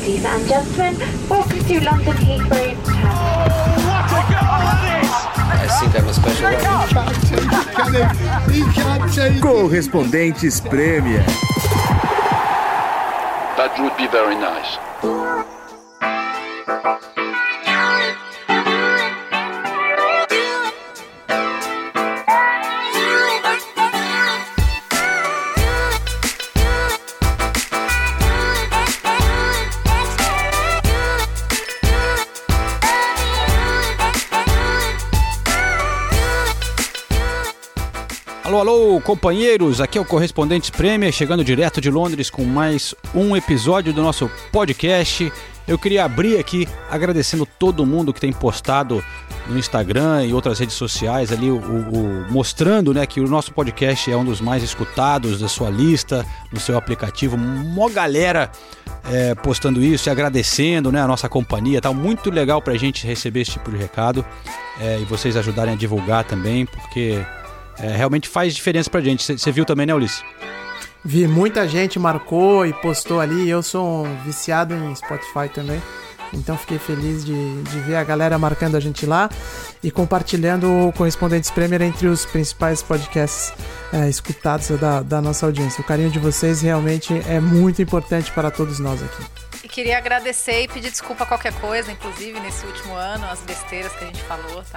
Ladies and gentlemen, welcome to London Heathrow Terminal. What a goal that is! I think I'm a special one. Correspondentes Premier. That would be very nice. Alô, companheiros, aqui é o Correspondentes Premier, chegando direto de Londres com mais um episódio do nosso podcast. Eu queria abrir aqui agradecendo todo mundo que tem postado no Instagram e outras redes sociais ali, mostrando, né, que o nosso podcast é um dos mais escutados da sua lista, no seu aplicativo. Mó galera postando isso e agradecendo, né, a nossa companhia. Tá muito legal pra gente receber esse tipo de recado e vocês ajudarem a divulgar também, porque... realmente faz diferença pra gente. Você viu também, né, Ulisses? Vi, muita gente marcou e postou ali. Eu sou um viciado em Spotify também, então fiquei feliz de ver a galera marcando a gente lá e compartilhando o Correspondentes Premier entre os principais podcasts escutados da nossa audiência. O carinho de vocês realmente é muito importante para todos nós aqui. E queria agradecer e pedir desculpa a qualquer coisa, inclusive nesse último ano, as besteiras que a gente falou, tá?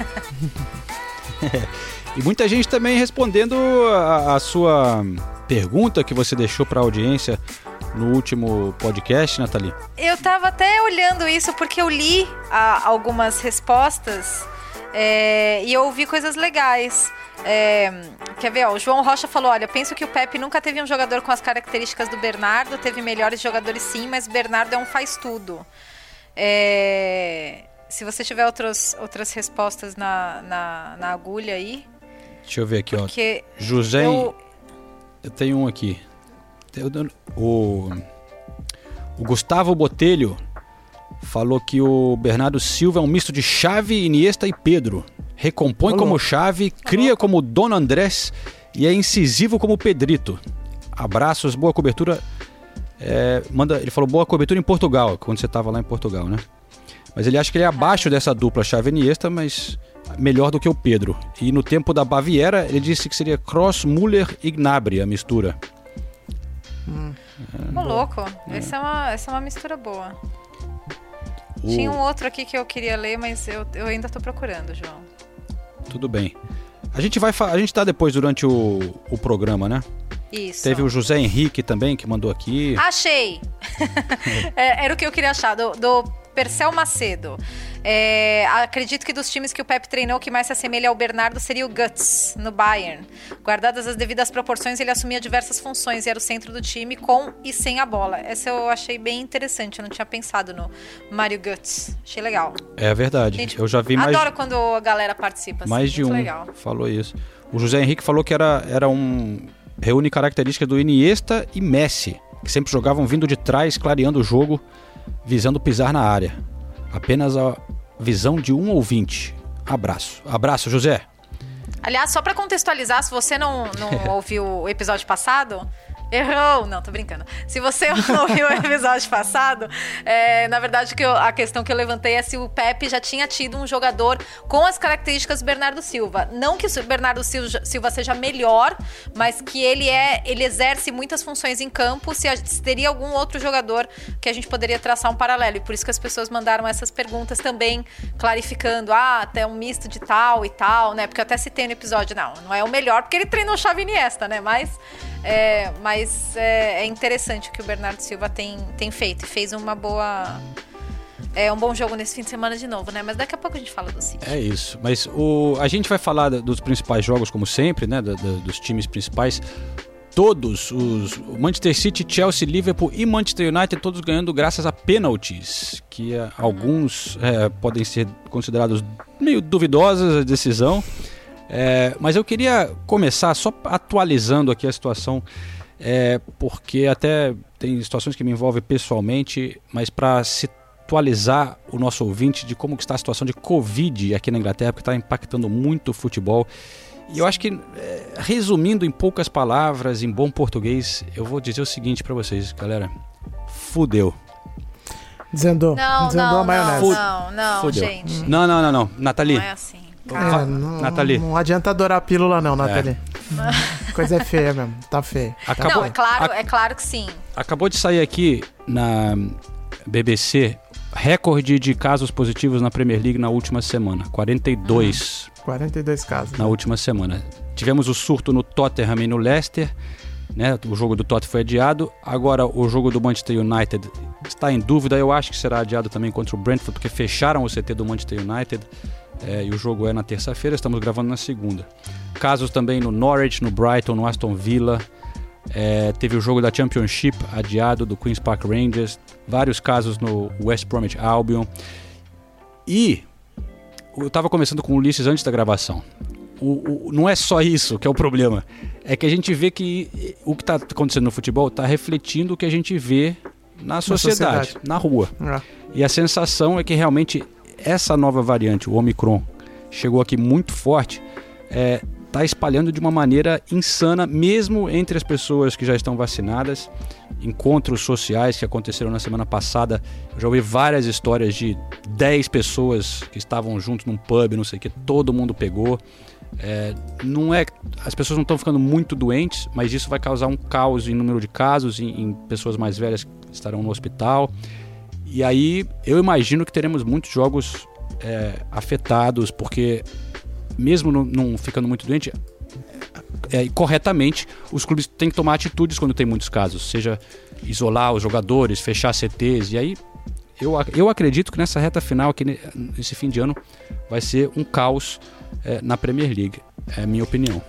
E muita gente também respondendo a sua pergunta que você deixou para a audiência no último podcast, Nathalie. Eu tava até olhando isso porque eu li algumas respostas e eu ouvi coisas legais. Quer ver, ó, o João Rocha falou: olha, penso que o Pepe nunca teve um jogador com as características do Bernardo, teve melhores jogadores sim, mas Bernardo é um faz-tudo. Se você tiver outras respostas na agulha aí. Deixa eu ver aqui, porque ó. José. Eu tenho um aqui. O Gustavo Botelho falou que o Bernardo Silva é um misto de Xavi, Iniesta e Pedro. Recompõe como Xavi, cria como Don Andrés e é incisivo como Pedrito. Abraços, boa cobertura. Ele falou boa cobertura em Portugal, quando você estava lá em Portugal, né? Mas ele acha que ele é abaixo dessa dupla Xavi e Iniesta, mas melhor do que o Pedro. E no tempo da Baviera, ele disse que seria Kroos, Müller e Gnabry a mistura. Louco. Essa é uma mistura boa. Tinha um outro aqui que eu queria ler, mas eu ainda tô procurando, João. Tudo bem. A gente tá depois durante o programa, né? Isso. Teve o José Henrique também, que mandou aqui. Achei! Era o que eu queria achar, do Percel Macedo. Acredito que dos times que o Pep treinou, que mais se assemelha ao Bernardo seria o Guts, no Bayern. Guardadas as devidas proporções, ele assumia diversas funções e era o centro do time com e sem a bola. Essa eu achei bem interessante, eu não tinha pensado no Mario Guts. Achei legal. É verdade, gente, eu já vi mais... Adoro quando a galera participa. Mais assim, de um legal. Falou isso. O José Henrique falou que reúne características do Iniesta e Messi, que sempre jogavam vindo de trás, clareando o jogo, visando pisar na área. Apenas a visão de um ouvinte. Abraço, José. Aliás, só para contextualizar, se você não ouviu o episódio passado... Errou! Não, tô brincando. Se você não ouviu o episódio passado, na verdade a questão que eu levantei é se o Pepe já tinha tido um jogador com as características do Bernardo Silva. Não que o Bernardo Silva seja melhor, mas que ele exerce muitas funções em campo, se teria algum outro jogador que a gente poderia traçar um paralelo. E por isso que as pessoas mandaram essas perguntas também, clarificando, até um misto de tal e tal, né? Porque eu até citei no episódio, não é o melhor, porque ele treinou Xavi e Iniesta, né? Mas é interessante o que o Bernardo Silva tem feito e fez um bom jogo nesse fim de semana de novo, né? Mas daqui a pouco a gente fala do City. É isso, mas a gente vai falar dos principais jogos, como sempre, né? Dos times principais. Todos os Manchester City, Chelsea, Liverpool e Manchester United, todos ganhando graças a pênaltis, que alguns podem ser considerados meio duvidosas a decisão. Mas eu queria começar só atualizando aqui a situação, porque até tem situações que me envolvem pessoalmente, mas para atualizar o nosso ouvinte de como que está a situação de Covid aqui na Inglaterra, porque está impactando muito o futebol. E eu acho que, resumindo em poucas palavras, em bom português, eu vou dizer o seguinte para vocês, galera: fudeu. Desandou a maionese. Não, Fudeu. gente. Não. Nathalie. Não é assim. Nathalie. Não adianta adorar a pílula não, Nathalie. Coisa é feia mesmo, tá feio. Não, é claro que sim. Acabou de sair aqui na BBC recorde de casos positivos na Premier League na última semana. 42 casos. Na última semana. Tivemos o surto no Tottenham e no Leicester, né? O jogo do Tottenham foi adiado. Agora o jogo do Manchester United está em dúvida. Eu acho que será adiado também contra o Brentford, porque fecharam o CT do Manchester United. E o jogo é na terça-feira, estamos gravando na segunda. Casos também no Norwich, no Brighton, no Aston Villa. Teve o jogo da Championship adiado, do Queen's Park Rangers. Vários casos no West Bromwich Albion. E eu estava conversando com o Ulisses antes da gravação. Não é só isso que é o problema. É que a gente vê que o que está acontecendo no futebol está refletindo o que a gente vê na sociedade, na rua. E a sensação é que realmente essa nova variante, o Omicron, chegou aqui muito forte, está espalhando de uma maneira insana, mesmo entre as pessoas que já estão vacinadas. Encontros sociais que aconteceram na semana passada, eu já ouvi várias histórias de 10 pessoas que estavam juntos num pub, não sei o que, todo mundo pegou. As pessoas não estão ficando muito doentes, mas isso vai causar um caos em número de casos, em pessoas mais velhas que estarão no hospital. E aí eu imagino que teremos muitos jogos afetados, porque mesmo não ficando muito doente, corretamente os clubes têm que tomar atitudes quando tem muitos casos, seja isolar os jogadores, fechar CTs. E aí eu acredito que nessa reta final, aqui nesse fim de ano, vai ser um caos na Premier League, é a minha opinião.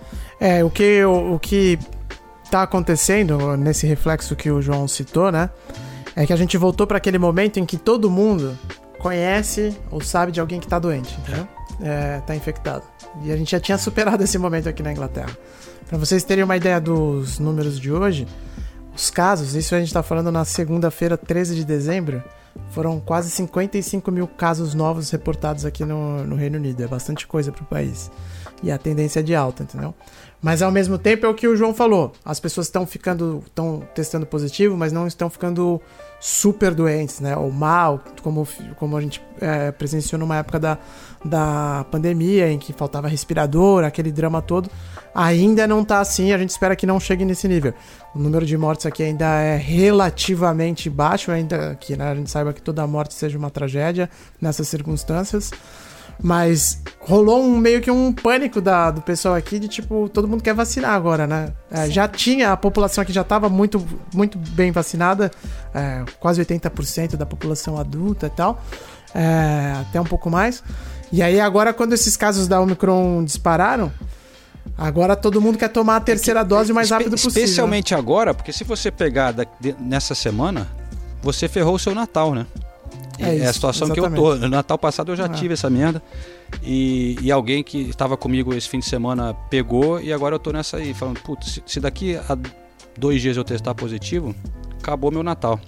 O que tá acontecendo nesse reflexo que o João citou, né? É que a gente voltou para aquele momento em que todo mundo conhece ou sabe de alguém que tá doente, entendeu? Tá infectado. E a gente já tinha superado esse momento aqui na Inglaterra. Para vocês terem uma ideia dos números de hoje, os casos, isso a gente tá falando na segunda-feira, 13 de dezembro, foram quase 55 mil casos novos reportados aqui no Reino Unido. É bastante coisa pro país. E a tendência é de alta, entendeu? Mas ao mesmo tempo é o que o João falou. As pessoas estão testando positivo, mas não estão ficando super doentes, né? Ou mal, como a gente presenciou numa época da pandemia, em que faltava respirador, aquele drama todo. Ainda não tá assim, a gente espera que não chegue nesse nível. O número de mortes aqui ainda é relativamente baixo, ainda que, né, a gente saiba que toda morte seja uma tragédia nessas circunstâncias. Mas rolou meio que um pânico do pessoal aqui de tipo, todo mundo quer vacinar agora, né? Já tinha, a população aqui já estava muito, muito bem vacinada, quase 80% da população adulta e tal, até um pouco mais. E aí agora, quando esses casos da Omicron dispararam, agora todo mundo quer tomar a terceira dose o mais rápido possível. Especialmente agora, porque se você pegar nessa semana, você ferrou o seu Natal, né? É a situação exatamente. Que eu tô. No Natal passado eu já tive essa merda. E alguém que estava comigo esse fim de semana pegou, e agora eu tô nessa aí, falando, putz, se daqui a 2 dias eu testar positivo, acabou meu Natal.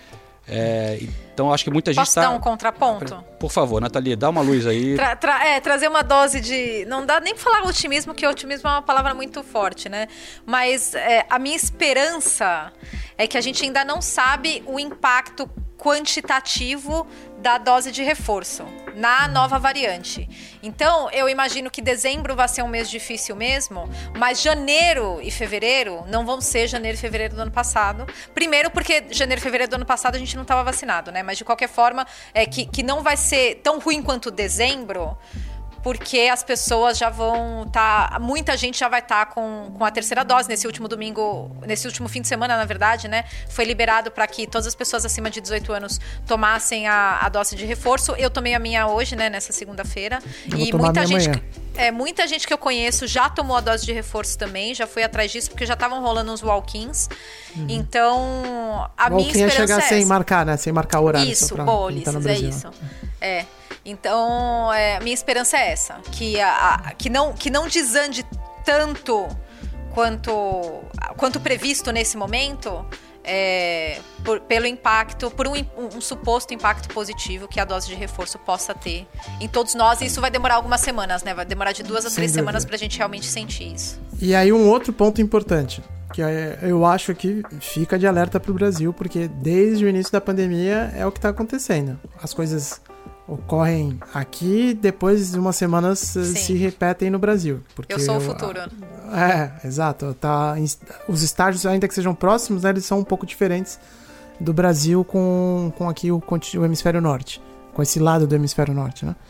Então acho que muita gente Posso dar um contraponto? Por favor, Nathalie, dá uma luz aí. Trazer uma dose de... Não dá nem pra falar otimismo, que otimismo é uma palavra muito forte, né? Mas a minha esperança é que a gente ainda não sabe o impacto quantitativo da dose de reforço na nova variante. Então, eu imagino que dezembro vai ser um mês difícil mesmo, mas janeiro e fevereiro não vão ser janeiro e fevereiro do ano passado. Primeiro porque janeiro e fevereiro do ano passado a gente não estava vacinado, né? Mas de qualquer forma, que não vai ser tão ruim quanto dezembro, porque as pessoas já vão estar... Muita gente já vai estar com a terceira dose. Nesse último domingo, nesse último fim de semana, na verdade, né? Foi liberado para que todas as pessoas acima de 18 anos tomassem a dose de reforço. Eu tomei a minha hoje, né? Nessa segunda-feira. E muita gente... muita gente que eu conheço já tomou a dose de reforço também, já foi atrás disso, porque já estavam rolando uns walk-ins. Então, a minha esperança chegar sem marcar, né? Sem marcar o horário. Isso, boa, Ulisses, é isso. Então, minha esperança é essa, que não desande tanto quanto previsto nesse momento, pelo impacto, por um suposto impacto positivo que a dose de reforço possa ter em todos nós. E isso vai demorar algumas semanas, né? Vai demorar de 2 a 3 semanas pra gente realmente sentir isso. E aí um outro ponto importante. que eu acho que fica de alerta pro Brasil, porque desde o início da pandemia é o que tá acontecendo. As coisas ocorrem aqui, depois de umas semanas se repetem no Brasil. Porque eu sou o futuro. Exato. Os estágios, ainda que sejam próximos, né, eles são um pouco diferentes do Brasil com aqui o hemisfério norte. Com esse lado do hemisfério norte, né?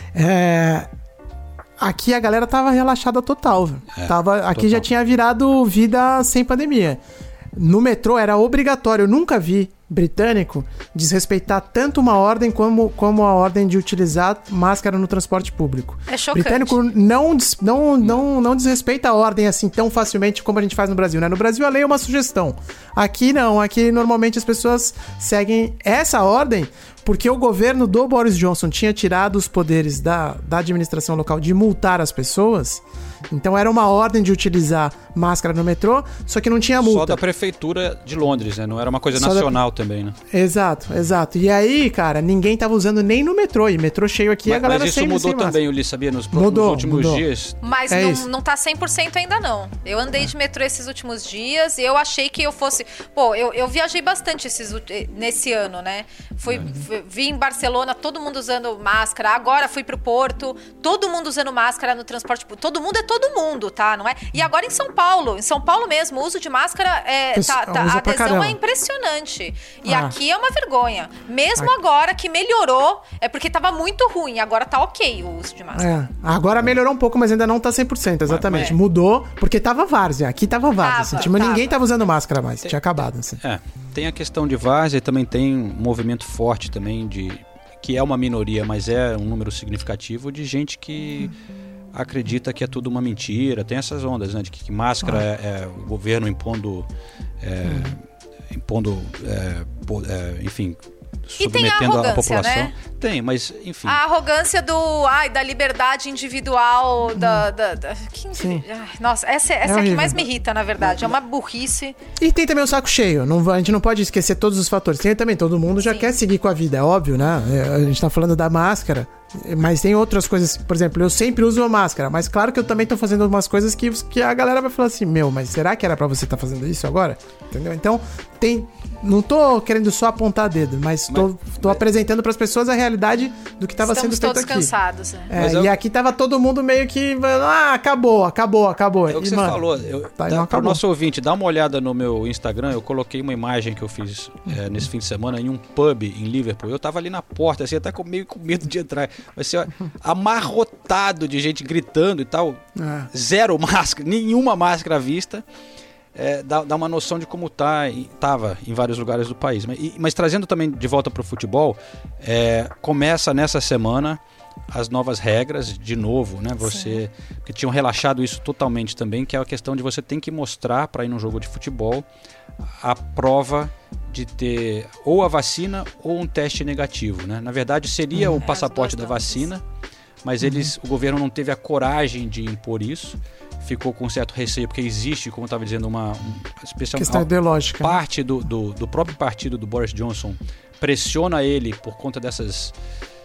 Aqui a galera tava relaxada total. Aqui já tinha virado vida sem pandemia. No metrô era obrigatório. Eu nunca vi britânico desrespeitar tanto uma ordem como a ordem de utilizar máscara no transporte público. É chocante. Britânico não desrespeita a ordem assim tão facilmente como a gente faz no Brasil, né? No Brasil a lei é uma sugestão. Aqui não. Aqui normalmente as pessoas seguem essa ordem porque o governo do Boris Johnson tinha tirado os poderes da administração local de multar as pessoas. Então era uma ordem de utilizar máscara no metrô, só que não tinha multa. Só da prefeitura de Londres, né? Não era uma coisa nacional também, né? Exato. E aí, cara, ninguém tava usando nem no metrô. E metrô cheio aqui, a galera sem máscara. Mas isso mudou também, Ulisses, sabia? Nos últimos dias. Mas não tá 100% ainda, não. Eu andei de metrô esses últimos dias e eu achei que eu fosse... Pô, eu viajei bastante nesse ano, né? Vi em Barcelona, todo mundo usando máscara. Agora fui pro Porto, todo mundo usando máscara no transporte público. Todo mundo é todo mundo, tá? Não é? E agora em São Paulo mesmo, o uso de máscara, a adesão é impressionante. E aqui é uma vergonha. Mesmo agora que melhorou, é porque tava muito ruim. Agora tá ok o uso de máscara. Agora melhorou um pouco, mas ainda não tá 100%, exatamente. Mudou, porque tava várzea. Aqui tava várzea. Ninguém tava usando máscara mais. Tinha acabado, assim. Tem a questão de várzea e também tem um movimento forte também que é uma minoria, mas é um número significativo de gente que acredita que é tudo uma mentira. Tem essas ondas, né? De que máscara é o governo impondo, enfim, submetendo a população. Né? Tem, mas enfim. A arrogância da liberdade individual, nossa, essa é a que mais me irrita, na verdade. É uma burrice. E tem também o saco cheio. A gente não pode esquecer todos os fatores. Tem também, todo mundo já quer seguir com a vida, é óbvio, né? A gente tá falando da máscara, mas tem outras coisas. Por exemplo, eu sempre uso a máscara, mas claro que eu também tô fazendo umas coisas que a galera vai falar assim, mas será que era pra você estar fazendo isso agora? Entendeu? Então, não tô querendo só apontar dedo, mas tô apresentando pras pessoas a realidade do que tava sendo feito aqui. Estamos todos cansados. Né? E aqui tava todo mundo meio que... acabou. É o que você falou. Para o nosso ouvinte, dá uma olhada no meu Instagram. Eu coloquei uma imagem que eu fiz nesse fim de semana em um pub em Liverpool. Eu tava ali na porta, assim, até meio com medo de entrar. Vai ser amarrotado de gente gritando e tal. Zero máscara, nenhuma máscara à vista. Dá uma noção de como estava em vários lugares do país. Mas trazendo também de volta para o futebol, começa nessa semana as novas regras, de novo, né? Porque tinham relaxado isso totalmente também, que é a questão de você tem que mostrar para ir num jogo de futebol a prova de ter ou a vacina ou um teste negativo, né? Na verdade seria o passaporte da vacina, mas o governo não teve a coragem de impor isso. Ficou com certo receio, porque existe, como eu estava dizendo, uma especial questão ideológica. Parte do próprio partido do Boris Johnson pressiona ele por conta dessas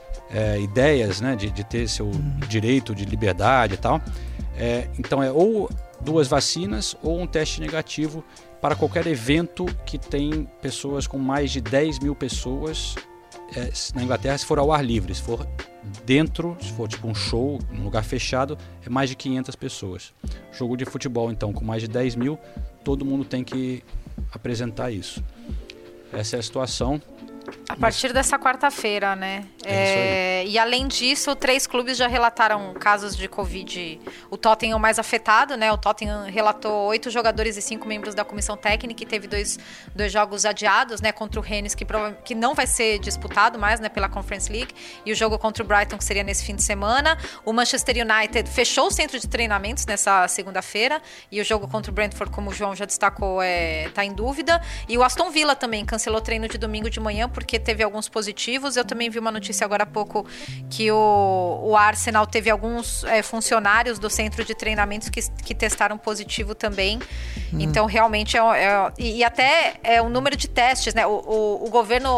ideias, né, de ter seu direito de liberdade e tal. Então ou 2 vacinas ou um teste negativo para qualquer evento que tem pessoas com mais de 10 mil pessoas na Inglaterra, se for ao ar livre. Se for dentro, se for tipo um show, num lugar fechado, é mais de 500 pessoas. Jogo de futebol, então, com mais de 10 mil, todo mundo tem que apresentar isso. Essa é a situação. A partir dessa quarta-feira, né? Isso aí. E além disso, 3 clubes já relataram casos de Covid. O Tottenham mais afetado, né? O Tottenham relatou 8 jogadores e 5 membros da comissão técnica e teve 2 jogos adiados, né? Contra o Rennes, que não vai ser disputado mais, né? Pela Conference League. E o jogo contra o Brighton, que seria nesse fim de semana. O Manchester United fechou o centro de treinamentos nessa segunda-feira. E o jogo contra o Brentford, como o João já destacou, tá em dúvida. E o Aston Villa também cancelou treino de domingo de manhã, porque teve alguns positivos. Eu também vi uma notícia agora há pouco que o Arsenal teve alguns funcionários do centro de treinamentos que testaram positivo também. Então, realmente, e até o número de testes, né? O governo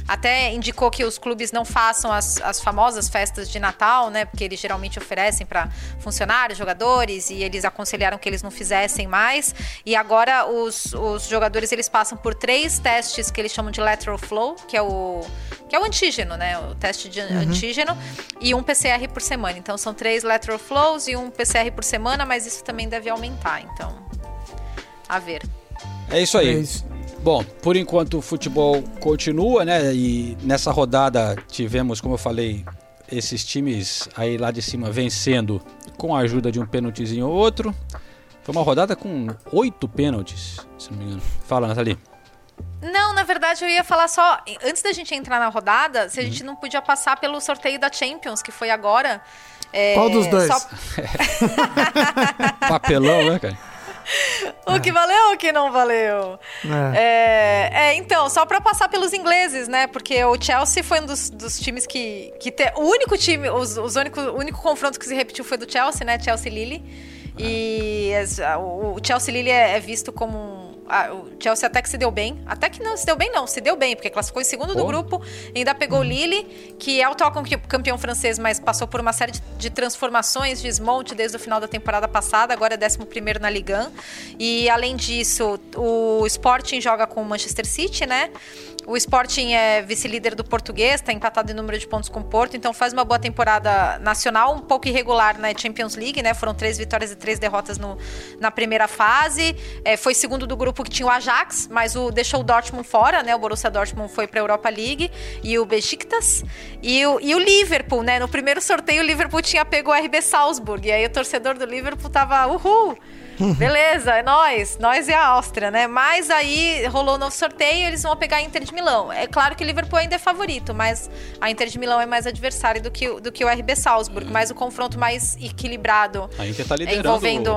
até indicou que os clubes não façam as famosas festas de Natal, né? Porque eles geralmente oferecem para funcionários, jogadores, e eles aconselharam que eles não fizessem mais. E agora os jogadores eles passam por 3 testes que eles chamam de lateral flow, que é o antígeno, né? O teste de antígeno, e um PCR por semana. Então são 3 lateral flows e um PCR por semana, mas isso também deve aumentar. Então, a ver. É isso aí. Bom, por enquanto o futebol continua, né? E nessa rodada tivemos, como eu falei, esses times aí lá de cima vencendo com a ajuda de um pênaltizinho ou outro. Foi uma rodada com 8 pênaltis, se não me engano. Fala, Nathalie. Não, na verdade eu ia falar só, antes da gente entrar na rodada, se a gente não podia passar pelo sorteio da Champions, que foi agora. Qual dos dois? Papelão, né, cara? O que valeu, o que não valeu. Então, só pra passar pelos ingleses, né? Porque o Chelsea foi um dos times que o único time, o único confronto que se repetiu foi do Chelsea, né? Chelsea-Lille. E o Chelsea-Lille é visto como o Chelsea até que se deu bem. Até que não se deu bem, não. Se deu bem, porque classificou em segundo do grupo. Ainda pegou o Lille, que é o atual campeão francês, mas passou por uma série de transformações, desmonte desde o final da temporada passada. Agora é 11º na Ligue 1. E, além disso, o Sporting joga com o Manchester City, né? O Sporting é vice-líder do português, está empatado em número de pontos com o Porto, então faz uma boa temporada nacional, um pouco irregular na Champions League, né? Foram 3 vitórias e 3 derrotas na primeira fase. Foi segundo do grupo que tinha o Ajax, mas deixou o Dortmund fora, né? O Borussia Dortmund foi para a Europa League, e o Besiktas. E o Liverpool, né? No primeiro sorteio, o Liverpool tinha pego o RB Salzburg, e aí o torcedor do Liverpool tava, uhul! Beleza, é nós e a Áustria, né? Mas aí rolou um novo sorteio, eles vão pegar a Inter de Milão. É claro que o Liverpool ainda é favorito, mas a Inter de Milão é mais adversário do que o RB Salzburg. Mas o confronto mais equilibrado. A Inter tá liderando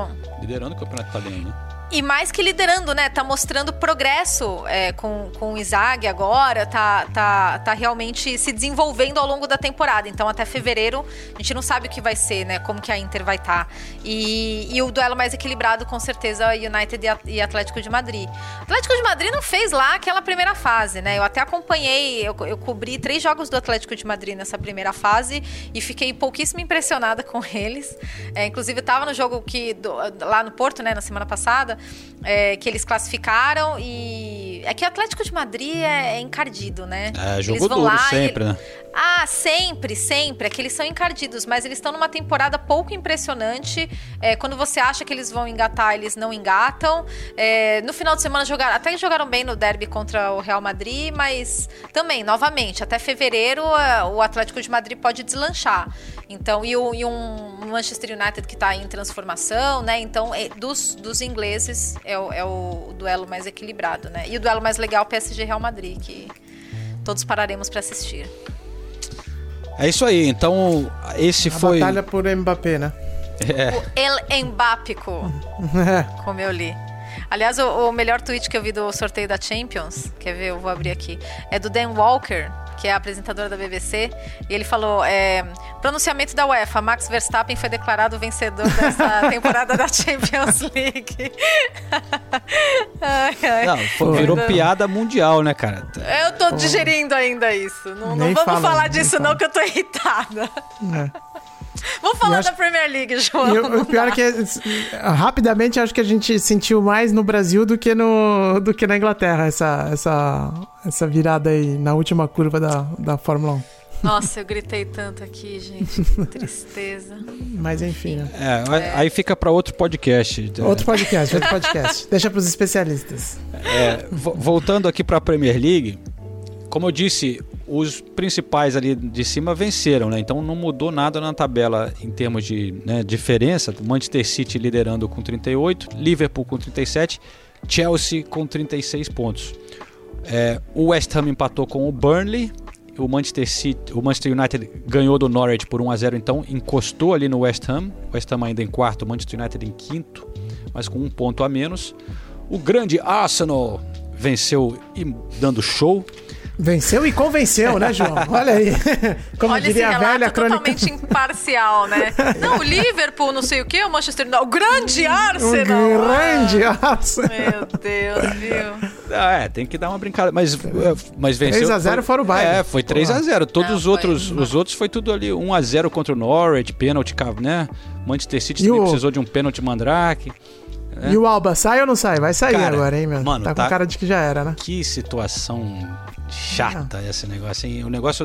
o campeonato italiano, né? E mais que liderando, né? Tá mostrando progresso com o Inzaghi agora, tá realmente se desenvolvendo ao longo da temporada. Então, até fevereiro, a gente não sabe o que vai ser, né? Como que a Inter vai estar. E o duelo mais equilibrado, com certeza, United e Atlético de Madrid. O Atlético de Madrid não fez lá aquela primeira fase, né? Eu até acompanhei, eu cobri 3 jogos do Atlético de Madrid nessa primeira fase e fiquei pouquíssimo impressionada com eles. Inclusive, tava no jogo lá no Porto, né? Na semana passada. Que eles classificaram, e é que o Atlético de Madrid é encardido, né? Jogo duro lá sempre, né? Sempre. É que eles são encardidos, mas eles estão numa temporada pouco impressionante. Quando você acha que eles vão engatar, eles não engatam. No final de semana jogaram bem no derby contra o Real Madrid, mas também, novamente, até fevereiro o Atlético de Madrid pode deslanchar. Então, e um Manchester United que está em transformação, né? Então, dos ingleses é o duelo mais equilibrado, né? E o duelo mais legal, PSG Real Madrid, que todos pararemos para assistir. É isso aí, então esse foi... A batalha por Mbappé, né? O El Mbápico, como eu li. Aliás, o melhor tweet que eu vi do sorteio da Champions, quer ver, eu vou abrir aqui, é do Dan Walker, que é a apresentadora da BBC, e ele falou, pronunciamento da UEFA, Max Verstappen foi declarado vencedor dessa temporada da Champions League. Virou piada mundial, né, cara? Eu tô digerindo ainda isso. Não vamos falar disso não, que eu tô irritada. Vamos falar da Premier League, João. O pior é que, rapidamente, acho que a gente sentiu mais no Brasil do que na Inglaterra, essa virada aí na última curva da Fórmula 1. Nossa, eu gritei tanto aqui, gente. Que tristeza. Mas enfim, né? Aí fica para outro podcast. Outro podcast. Deixa para os especialistas. Voltando aqui para a Premier League, como eu disse, os principais ali de cima venceram, né? Então não mudou nada na tabela em termos de diferença. Manchester City liderando com 38, Liverpool com 37, Chelsea com 36 pontos. O West Ham empatou com o Burnley. O Manchester United ganhou do Norwich por 1-0, então encostou ali no West Ham. O West Ham ainda em quarto, o Manchester United em quinto, mas com 1 ponto a menos. O grande Arsenal venceu e dando show. Venceu e convenceu, né, João? Olha aí. Como olha diria esse a velha crônica. Totalmente imparcial, né? Não, o Liverpool, não sei o quê, o Manchester United, o grande Arsenal. O grande Arsenal. Meu Deus, viu? Tem que dar uma brincada. Mas venceu. 3x0 fora o baile. Foi 3x0. Todos os outros foi tudo ali 1x0 contra o Norwich, pênalti, né? Manchester City também precisou de um pênalti mandrake. E o Alba sai ou não sai? Vai sair agora, hein, meu? Mano, tá com cara de que já era, né? Que situação chata esse negócio, hein? O negócio...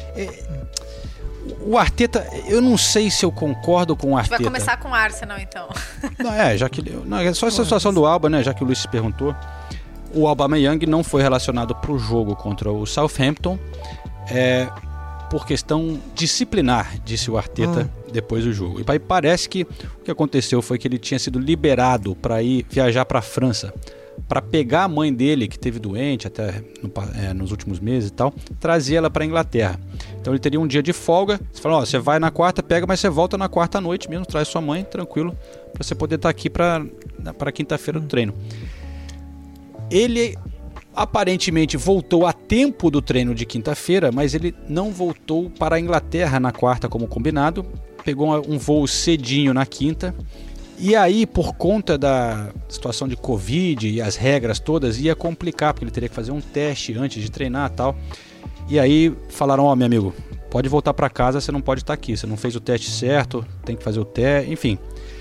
O Arteta, eu não sei se eu concordo com o Arteta. Vai começar com o Arsenal, então. É só essa situação do Alba, né? Já que o Luiz se perguntou. O Aubameyang não foi relacionado para o jogo contra o Southampton por questão disciplinar, disse o Arteta depois do jogo. E aí parece que o que aconteceu foi que ele tinha sido liberado para ir viajar para a França, para pegar a mãe dele, que esteve doente até nos últimos meses e tal, trazer ela para a Inglaterra. Então ele teria um dia de folga. Você fala, você vai na quarta, pega, mas você volta na quarta à noite mesmo, traz sua mãe, tranquilo, para você poder estar aqui para quinta-feira do treino. Ele aparentemente voltou a tempo do treino de quinta-feira, mas ele não voltou para a Inglaterra na quarta como combinado, pegou um voo cedinho na quinta. E aí, por conta da situação de Covid e as regras todas, ia complicar, porque ele teria que fazer um teste antes de treinar e tal. E aí falaram, meu amigo, pode voltar para casa, você não pode estar aqui, você não fez o teste certo, tem que fazer o teste, enfim.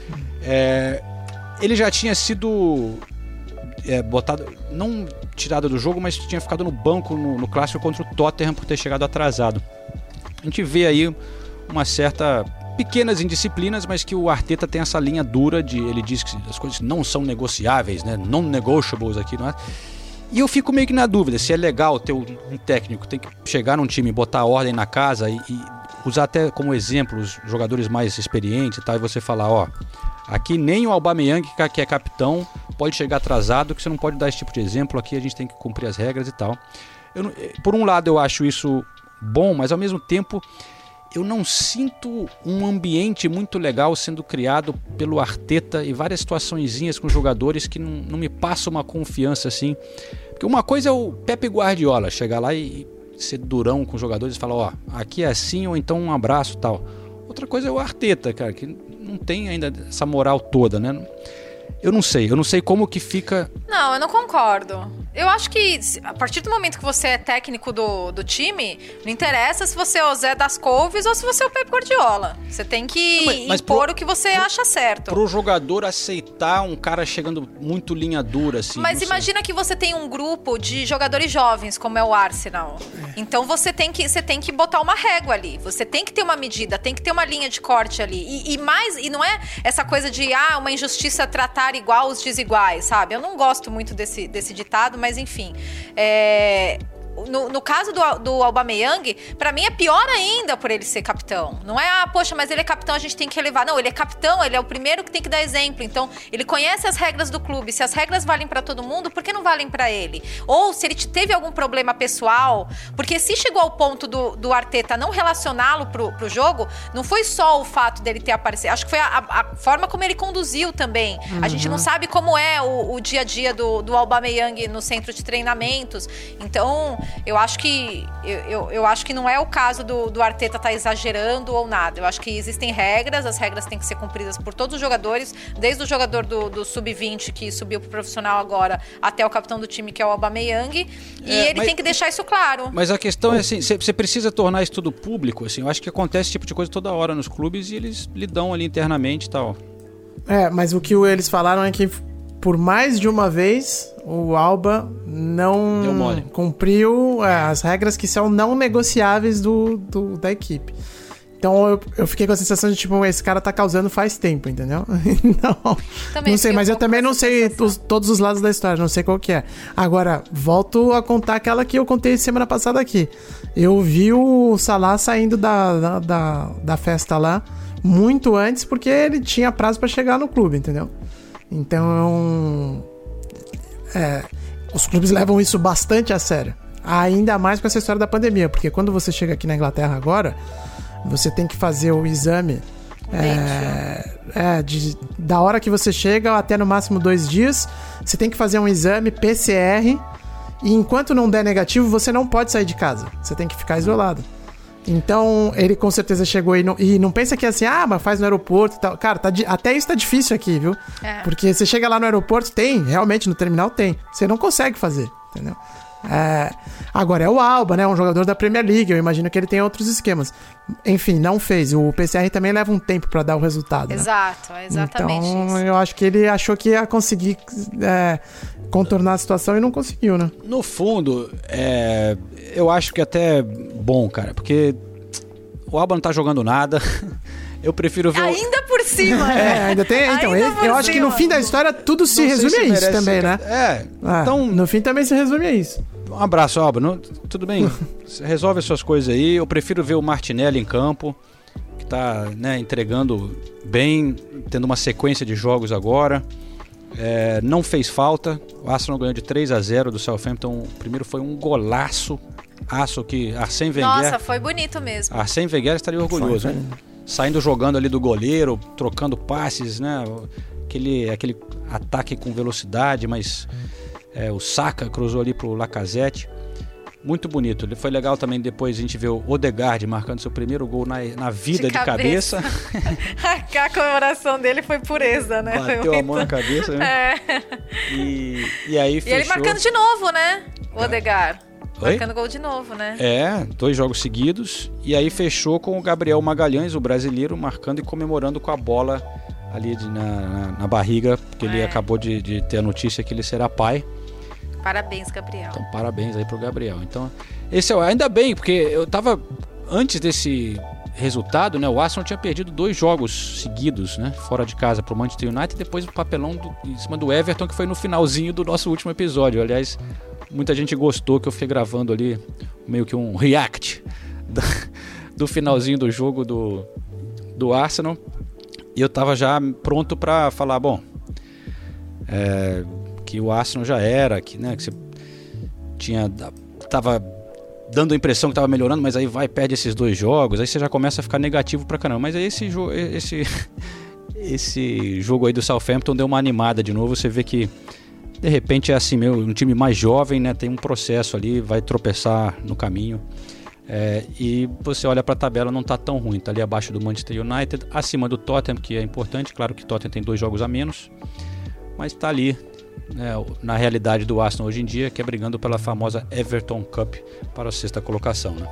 Ele já tinha sido botado, não tirado do jogo, mas tinha ficado no banco no clássico contra o Tottenham por ter chegado atrasado. A gente vê aí uma certa... pequenas indisciplinas, mas que o Arteta tem essa linha dura de... Ele diz que as coisas não são negociáveis, né? Non-negotiables aqui, não é? E eu fico meio que na dúvida se é legal ter um técnico, tem que chegar num time, botar ordem na casa e usar até como exemplo os jogadores mais experientes e tal, e você falar, aqui nem o Aubameyang, que é capitão, pode chegar atrasado, que você não pode dar esse tipo de exemplo, aqui a gente tem que cumprir as regras e tal. Por um lado eu acho isso bom, mas ao mesmo tempo... eu não sinto um ambiente muito legal sendo criado pelo Arteta e várias situaçõezinhas com jogadores que não me passam uma confiança assim. Porque uma coisa é o Pep Guardiola chegar lá e ser durão com os jogadores e falar, aqui é assim ou então um abraço e tal. Outra coisa é o Arteta, cara, que não tem ainda essa moral toda, né? Eu não sei como que fica... Não, eu não concordo. Eu acho que a partir do momento que você é técnico do time, não interessa se você é o Zé das Couves ou se você é o Pep Guardiola. Você tem que impor o que você acha certo. Pro jogador aceitar um cara chegando muito linha dura, assim... Mas imagina que você tem um grupo de jogadores jovens, como é o Arsenal. Então você tem que botar uma régua ali. Você tem que ter uma medida, tem que ter uma linha de corte ali. E não é essa coisa de, uma injustiça tratar igual os desiguais, sabe? Eu não gosto muito desse ditado, mas enfim. No caso do Aubameyang, pra mim é pior ainda por ele ser capitão. Não é, poxa, mas ele é capitão, a gente tem que relevar. Não, ele é capitão, ele é o primeiro que tem que dar exemplo. Então, ele conhece as regras do clube. Se as regras valem pra todo mundo, por que não valem pra ele? Ou se ele teve algum problema pessoal, porque se chegou ao ponto do Arteta não relacioná-lo pro jogo, não foi só o fato dele ter aparecido. Acho que foi a forma como ele conduziu também. A gente não sabe como é o dia a dia do Aubameyang no centro de treinamentos. Então... Eu acho que não é o caso do Arteta estar exagerando ou nada. Eu acho que existem regras, as regras têm que ser cumpridas por todos os jogadores, desde o jogador do Sub-20, que subiu pro profissional agora, até o capitão do time, que é o Aubameyang, e ele tem que deixar isso claro. Mas a questão é assim, você precisa tornar isso tudo público, assim, eu acho que acontece esse tipo de coisa toda hora nos clubes e eles lidam ali internamente e tal. Mas o que eles falaram é que por mais de uma vez, o Alba não cumpriu as regras que são não negociáveis da equipe. Então eu fiquei com a sensação de, tipo, esse cara tá causando faz tempo, entendeu? Não sei, mas eu também não sei todos os lados da história, não sei qual que é. Agora, volto a contar aquela que eu contei semana passada aqui. Eu vi o Salah saindo da festa lá muito antes, porque ele tinha prazo pra chegar no clube, entendeu? Então, os clubes levam isso bastante a sério. Ainda mais com essa história da pandemia, porque quando você chega aqui na Inglaterra agora, você tem que fazer o exame da hora que você chega até no máximo 2 dias. Você tem que fazer um exame PCR e enquanto não der negativo, você não pode sair de casa. Você tem que ficar isolado. Então, ele com certeza chegou e não pensa que é assim, mas faz no aeroporto e tal. Cara, até isso tá difícil aqui, viu? Porque você chega lá no aeroporto, realmente no terminal tem. Você não consegue fazer, entendeu? Agora é o Alba, né? Um jogador da Premier League. Eu imagino que ele tem outros esquemas. Enfim, não fez. O PCR também leva um tempo pra dar o resultado. Exato, é exatamente então, isso. Eu acho que ele achou que ia conseguir contornar a situação e não conseguiu, né? No fundo, eu acho que até bom, cara, porque o Alba não tá jogando nada. Eu prefiro ver. Ainda por cima, ainda tem. Então, eu acho que no fim da história tudo se resume a isso também, né? Então. No fim também se resume a isso. Um abraço, Alba. Tudo bem? Resolve as suas coisas aí. Eu prefiro ver o Martinelli em campo, que tá, né, entregando bem, tendo uma sequência de jogos agora. Não fez falta. O Arsenal ganhou de 3-0 do Southampton. O primeiro foi um golaço. Que Arsène Wenger. Nossa, foi bonito mesmo. Arsène Wenger estaria orgulhoso, né? Saindo jogando ali do goleiro, trocando passes, né? Aquele ataque com velocidade, mas o Saka cruzou ali pro Lacazette. Muito bonito. Foi legal também depois a gente ver o Odegaard marcando seu primeiro gol na vida de cabeça. A comemoração dele foi pureza, né? Bateu a mão na cabeça, né? E aí fechou. E ele marcando de novo, né? O Odegaard. Marcando gol de novo, né? 2 jogos seguidos. E aí fechou com o Gabriel Magalhães, o brasileiro, marcando e comemorando com a bola ali na barriga, porque ele acabou de ter a notícia que ele será pai. Parabéns, Gabriel. Então, parabéns aí pro Gabriel. Então, ainda bem, porque eu tava antes desse resultado, né? O Arsenal tinha perdido 2 jogos seguidos, né? Fora de casa pro Manchester United, e depois o papelão em cima do Everton, que foi no finalzinho do nosso último episódio. Aliás, muita gente gostou que eu fiquei gravando ali meio que um react do finalzinho do jogo do Arsenal. E eu tava já pronto pra falar, que o Arsenal já era, que você tava dando a impressão que tava melhorando, mas aí perde esses 2 jogos, aí você já começa a ficar negativo pra caramba. Mas aí esse jogo aí do Southampton deu uma animada de novo. Você vê que de repente é assim mesmo, um time mais jovem, né? Tem um processo ali, vai tropeçar no caminho. E você olha pra tabela, não tá tão ruim, tá ali abaixo do Manchester United, acima do Tottenham, que é importante. Claro que o Tottenham tem 2 jogos a menos, mas tá ali, né, na realidade do Arsenal hoje em dia, que é brigando pela famosa Everton Cup para a 6ª colocação, né?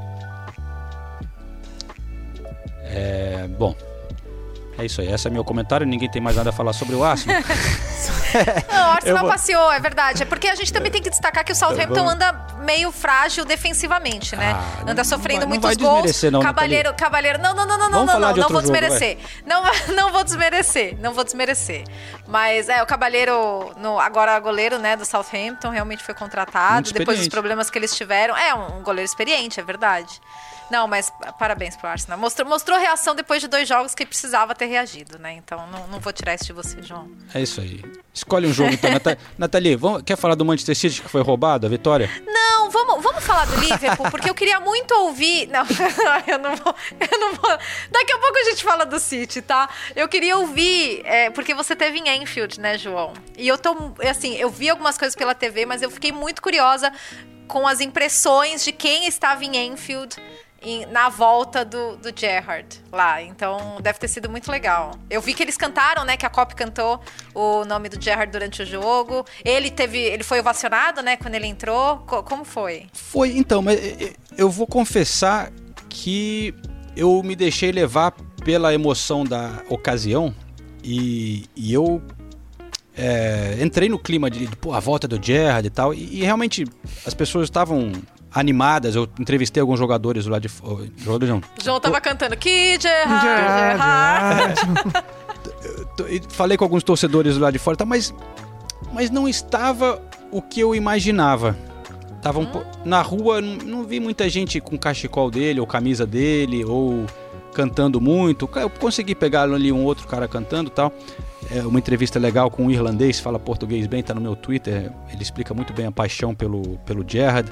Bom, é isso aí, esse é meu comentário. Ninguém tem mais nada a falar sobre o Arsenal. Não, o Arsenal passeou, é verdade. É porque a gente também tem que destacar que o Southampton anda meio frágil defensivamente, né? Anda sofrendo muitos gols. Cabaleiro. Não vou desmerecer. Não vou desmerecer. Mas o Cabaleiro, agora goleiro, né, do Southampton, realmente foi contratado depois dos problemas que eles tiveram. Um goleiro experiente, é verdade. Não, mas parabéns pro Arsenal. Mostrou reação depois de 2 jogos que precisava ter reagido, né? Então não vou tirar isso de você, João. É isso aí. Escolhe um jogo então. Nathalie, quer falar do Manchester City que foi roubado, a vitória? Não, vamos falar do Liverpool, porque eu queria muito ouvir... Não, eu não vou... Daqui a pouco a gente fala do City, tá? Eu queria ouvir, porque você teve em Anfield, né, João? E eu vi algumas coisas pela TV, mas eu fiquei muito curiosa com as impressões de quem estava em Anfield na volta do Gerrard lá, então deve ter sido muito legal. Eu vi que eles cantaram, né, que a Cop cantou o nome do Gerrard durante o jogo. Ele foi ovacionado, né, quando ele entrou. Como foi? Foi, então, mas eu vou confessar que eu me deixei levar pela emoção da ocasião e eu entrei no clima de a volta do Gerrard e tal, e realmente as pessoas estavam animadas. Eu entrevistei alguns jogadores lá de fora. João tava cantando que Gerrard. Falei com alguns torcedores lá de fora, tá, mas não estava o que eu imaginava. Na rua, não vi muita gente com cachecol dele, ou camisa dele, ou cantando muito. Eu consegui pegar ali um outro cara cantando e tal. Uma entrevista legal com um irlandês, fala português bem, tá no meu Twitter. Ele explica muito bem a paixão pelo Gerrard.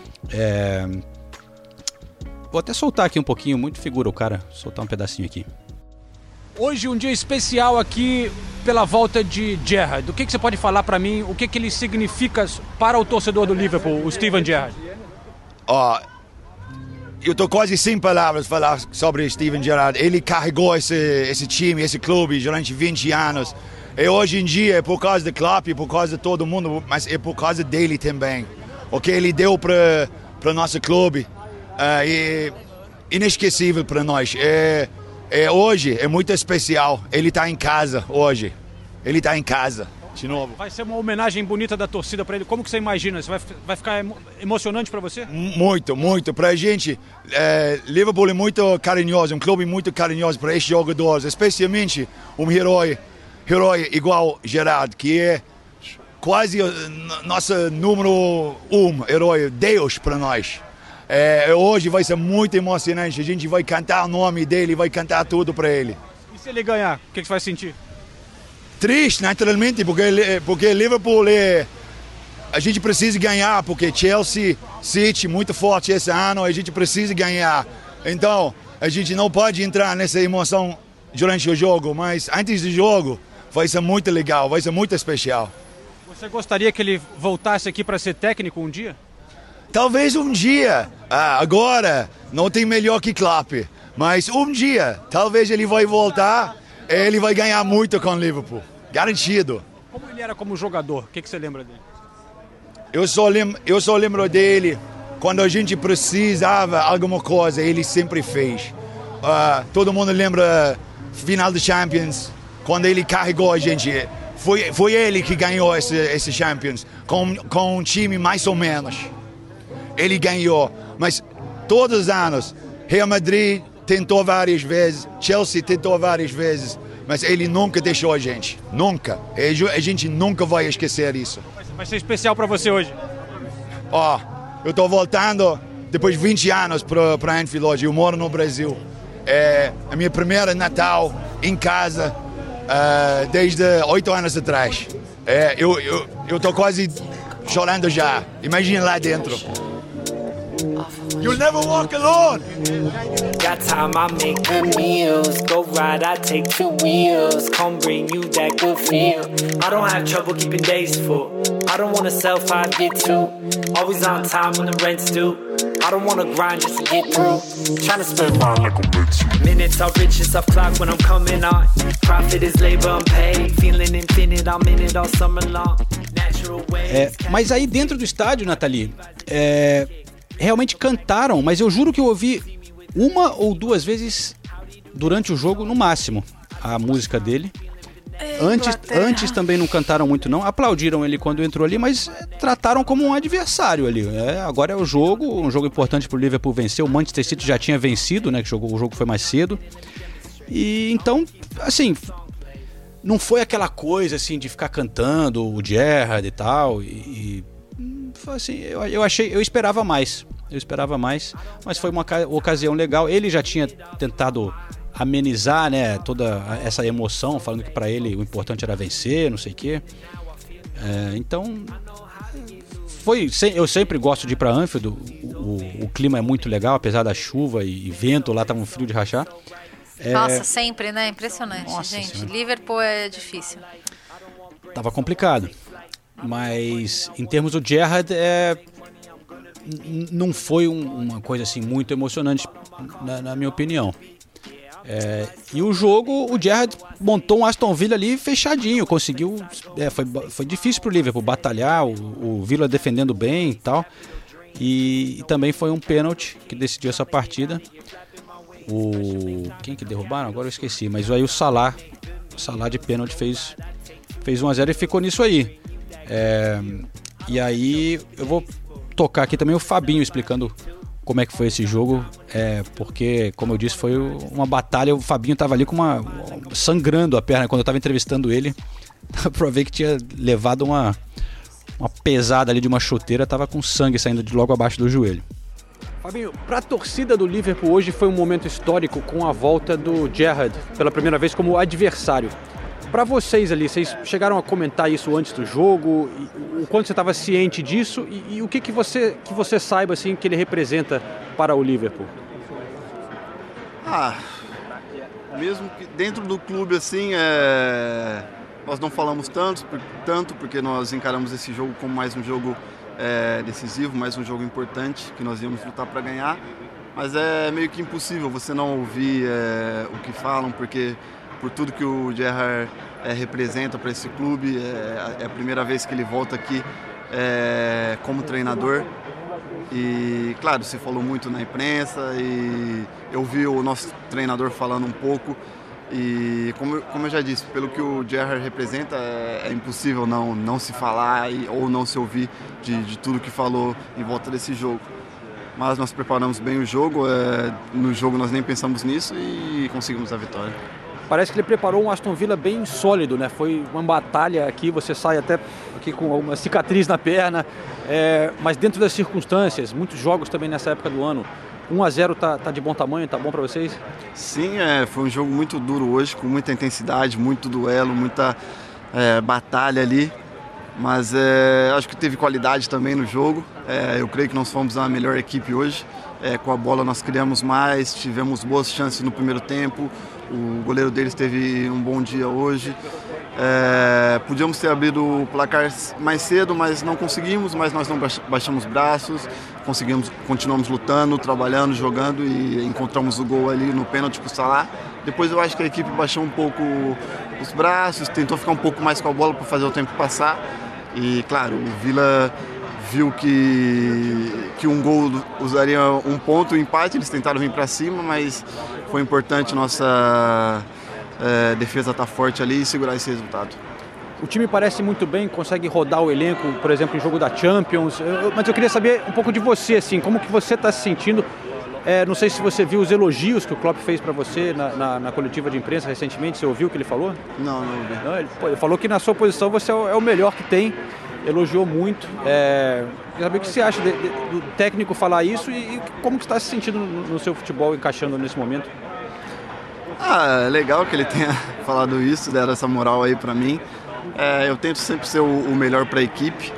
Vou até soltar aqui um pouquinho, muito figura o cara, soltar um pedacinho aqui. Hoje um dia especial aqui pela volta de Gerrard. O que você pode falar para mim? O que ele significa para o torcedor do Liverpool, o Steven Gerrard? eu tô quase sem palavras falar sobre Steven Gerrard. Ele carregou esse time, esse clube durante 20 anos. E hoje em dia é por causa do Klopp, por causa de todo mundo, mas é por causa dele também. O que ele deu para nosso clube é inesquecível para nós. Hoje é muito especial. Ele está em casa hoje. Ele está em casa. De novo. Vai ser uma homenagem bonita da torcida para ele. Como que você imagina? Vai ficar emocionante para você? Muito, muito. Para a gente, Liverpool é muito carinhoso, um clube muito carinhoso para esses jogadores, especialmente um herói igual Gerrard, que é quase nosso número 1 herói, Deus para nós. Hoje vai ser muito emocionante. A gente vai cantar o nome dele, vai cantar tudo para ele. E se ele ganhar, o que você vai sentir? Triste, naturalmente, porque Liverpool a gente precisa ganhar, porque Chelsea, City, muito forte esse ano, a gente precisa ganhar. Então, a gente não pode entrar nessa emoção durante o jogo, mas antes do jogo vai ser muito legal, vai ser muito especial. Você gostaria que ele voltasse aqui para ser técnico um dia? Talvez um dia. Agora, não tem melhor que Klopp, mas um dia, talvez ele vai voltar. Ele vai ganhar muito com o Liverpool, garantido. Como ele era como jogador? O que você lembra dele? Eu só lembro dele quando a gente precisava alguma coisa, ele sempre fez. Todo mundo lembra final do Champions, quando ele carregou a gente. Foi ele que ganhou esse Champions, com um time mais ou menos. Ele ganhou, mas todos os anos, Real Madrid tentou várias vezes, Chelsea tentou várias vezes, mas ele nunca deixou a gente. Nunca. A gente nunca vai esquecer isso. Vai ser especial para você hoje? Eu estou voltando depois de 20 anos para Anfield hoje. Eu moro no Brasil. É a minha primeira Natal em casa desde 8 anos atrás. Eu estou quase chorando já. Imagina lá dentro. You'll never walk alone. Got time, I make good meals. Go ride, I take 2 wheels. Come bring you that good feel. I don't have trouble keeping days full. I don't wanna sell 5, get 2. Always on time when the rent's due. I don't wanna grind just to get through. Tryna spend mine like a bitch. Minutes are riches off clock when I'm coming on. Profit is labor unpaid. Feeling infinite, I'm in it all summer long. Natural ways. Mas aí dentro do estádio, Nathalie, realmente cantaram, mas eu juro que eu ouvi 1 ou 2 vezes durante o jogo, no máximo, a música dele. Antes também não cantaram muito não, aplaudiram ele quando entrou ali, mas trataram como um adversário ali. Agora é o jogo, um jogo importante pro Liverpool vencer. O Manchester City já tinha vencido, né, que o jogo foi mais cedo. E então, assim, não foi aquela coisa assim de ficar cantando o Gerrard e tal, assim, eu esperava mais. Mas foi uma ocasião legal. Ele já tinha tentado amenizar, né, toda essa emoção, falando que para ele o importante era vencer, não sei o quê. Então, eu sempre gosto de ir para Anfield. O clima é muito legal, apesar da chuva e vento, lá tava um frio de rachar. Nossa, sempre, né? Impressionante. Nossa gente. Senhora. Liverpool é difícil. Tava complicado. Mas em termos do Gerrard, não foi uma coisa assim muito emocionante, na minha opinião. E o jogo, o Gerrard montou um Aston Villa ali fechadinho, conseguiu. Foi difícil pro Liverpool batalhar, o Villa defendendo bem e tal. E também foi um pênalti que decidiu essa partida. Quem que derrubaram? Agora eu esqueci. Mas aí o Salah de pênalti fez 1-0 e ficou nisso aí. E aí eu vou tocar aqui também o Fabinho explicando como é que foi esse jogo, porque, como eu disse, foi uma batalha. O Fabinho tava ali sangrando a perna. Quando eu tava entrevistando ele, dá pra ver que tinha levado uma pesada ali de uma chuteira, tava com sangue saindo de logo abaixo do joelho. Fabinho, para a torcida do Liverpool hoje foi um momento histórico com a volta do Gerrard pela primeira vez como adversário. Para vocês ali, vocês chegaram a comentar isso antes do jogo? O quanto você estava ciente disso? E o que você saiba assim que ele representa para o Liverpool? Mesmo que dentro do clube assim, nós não falamos tanto porque nós encaramos esse jogo como mais um jogo decisivo, mais um jogo importante que nós íamos lutar para ganhar. mas é meio que impossível você não ouvir o que falam, porque por tudo que o Gerrard representa para esse clube, é a primeira vez que ele volta aqui como treinador. E, claro, se falou muito na imprensa e eu vi o nosso treinador falando um pouco. E, como eu já disse, pelo que o Gerrard representa, é impossível não se falar ou não se ouvir de tudo que falou em volta desse jogo. Mas nós preparamos bem o jogo, no jogo nós nem pensamos nisso e conseguimos a vitória. Parece que ele preparou um Aston Villa bem sólido, né? Foi uma batalha aqui, você sai até aqui com uma cicatriz na perna, mas dentro das circunstâncias, muitos jogos também nessa época do ano. 1-0 tá de bom tamanho, tá bom para vocês? Sim, foi um jogo muito duro hoje, com muita intensidade, muito duelo, muita batalha ali. Mas acho que teve qualidade também no jogo. Eu creio que nós fomos a melhor equipe hoje. Com a bola nós criamos mais, tivemos boas chances no primeiro tempo. O goleiro deles teve um bom dia hoje. Podíamos ter abrido o placar mais cedo, mas não conseguimos, mas nós não baixamos braços, continuamos lutando, trabalhando, jogando e encontramos o gol ali no pênalti com o Salah. Depois eu acho que a equipe baixou um pouco os braços, tentou ficar um pouco mais com a bola para fazer o tempo passar. E claro, o Villa viu que um gol usaria um ponto, o empate, eles tentaram vir para cima, mas foi importante nossa defesa estar forte ali e segurar esse resultado. O time parece muito bem, consegue rodar o elenco, por exemplo, em jogo da Champions, mas eu queria saber um pouco de você, assim, como que você está se sentindo. Não sei se você viu os elogios que o Klopp fez para você na coletiva de imprensa recentemente, você ouviu o que ele falou? Não vi. Não, ele falou que na sua posição você é o melhor que tem, elogiou muito. Queria saber o que você acha do técnico falar isso e como que está se sentindo no seu futebol encaixando nesse momento? É legal que ele tenha falado isso, dado essa moral aí para mim. Eu tento sempre ser o melhor para a equipe.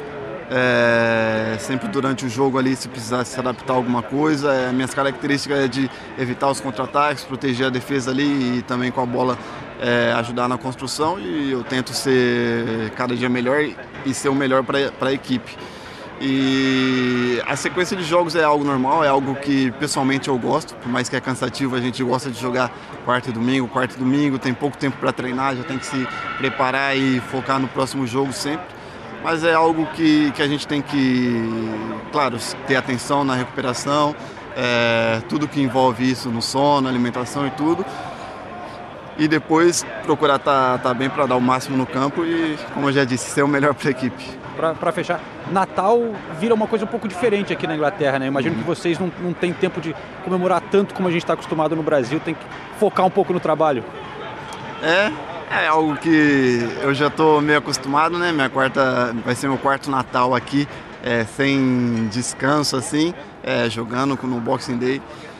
Sempre durante o jogo ali, se precisar se adaptar a alguma coisa. Minhas características é de evitar os contra-ataques, proteger a defesa ali e também com a bola ajudar na construção, e eu tento ser cada dia melhor e ser o melhor para a equipe. E a sequência de jogos é algo normal, é algo que pessoalmente eu gosto, por mais que é cansativo, a gente gosta de jogar quarta e domingo, tem pouco tempo para treinar, já tem que se preparar e focar no próximo jogo sempre. Mas é algo que a gente tem que, claro, ter atenção na recuperação, tudo que envolve isso no sono, alimentação e tudo. E depois procurar estar bem para dar o máximo no campo e, como eu já disse, ser o melhor para a equipe. Para fechar, Natal vira uma coisa um pouco diferente aqui na Inglaterra, né? Imagino que vocês não têm tempo de comemorar tanto como a gente está acostumado no Brasil, tem que focar um pouco no trabalho. É algo que eu já estou meio acostumado, né? Vai ser meu quarto Natal aqui, sem descanso, assim, jogando no Boxing Day.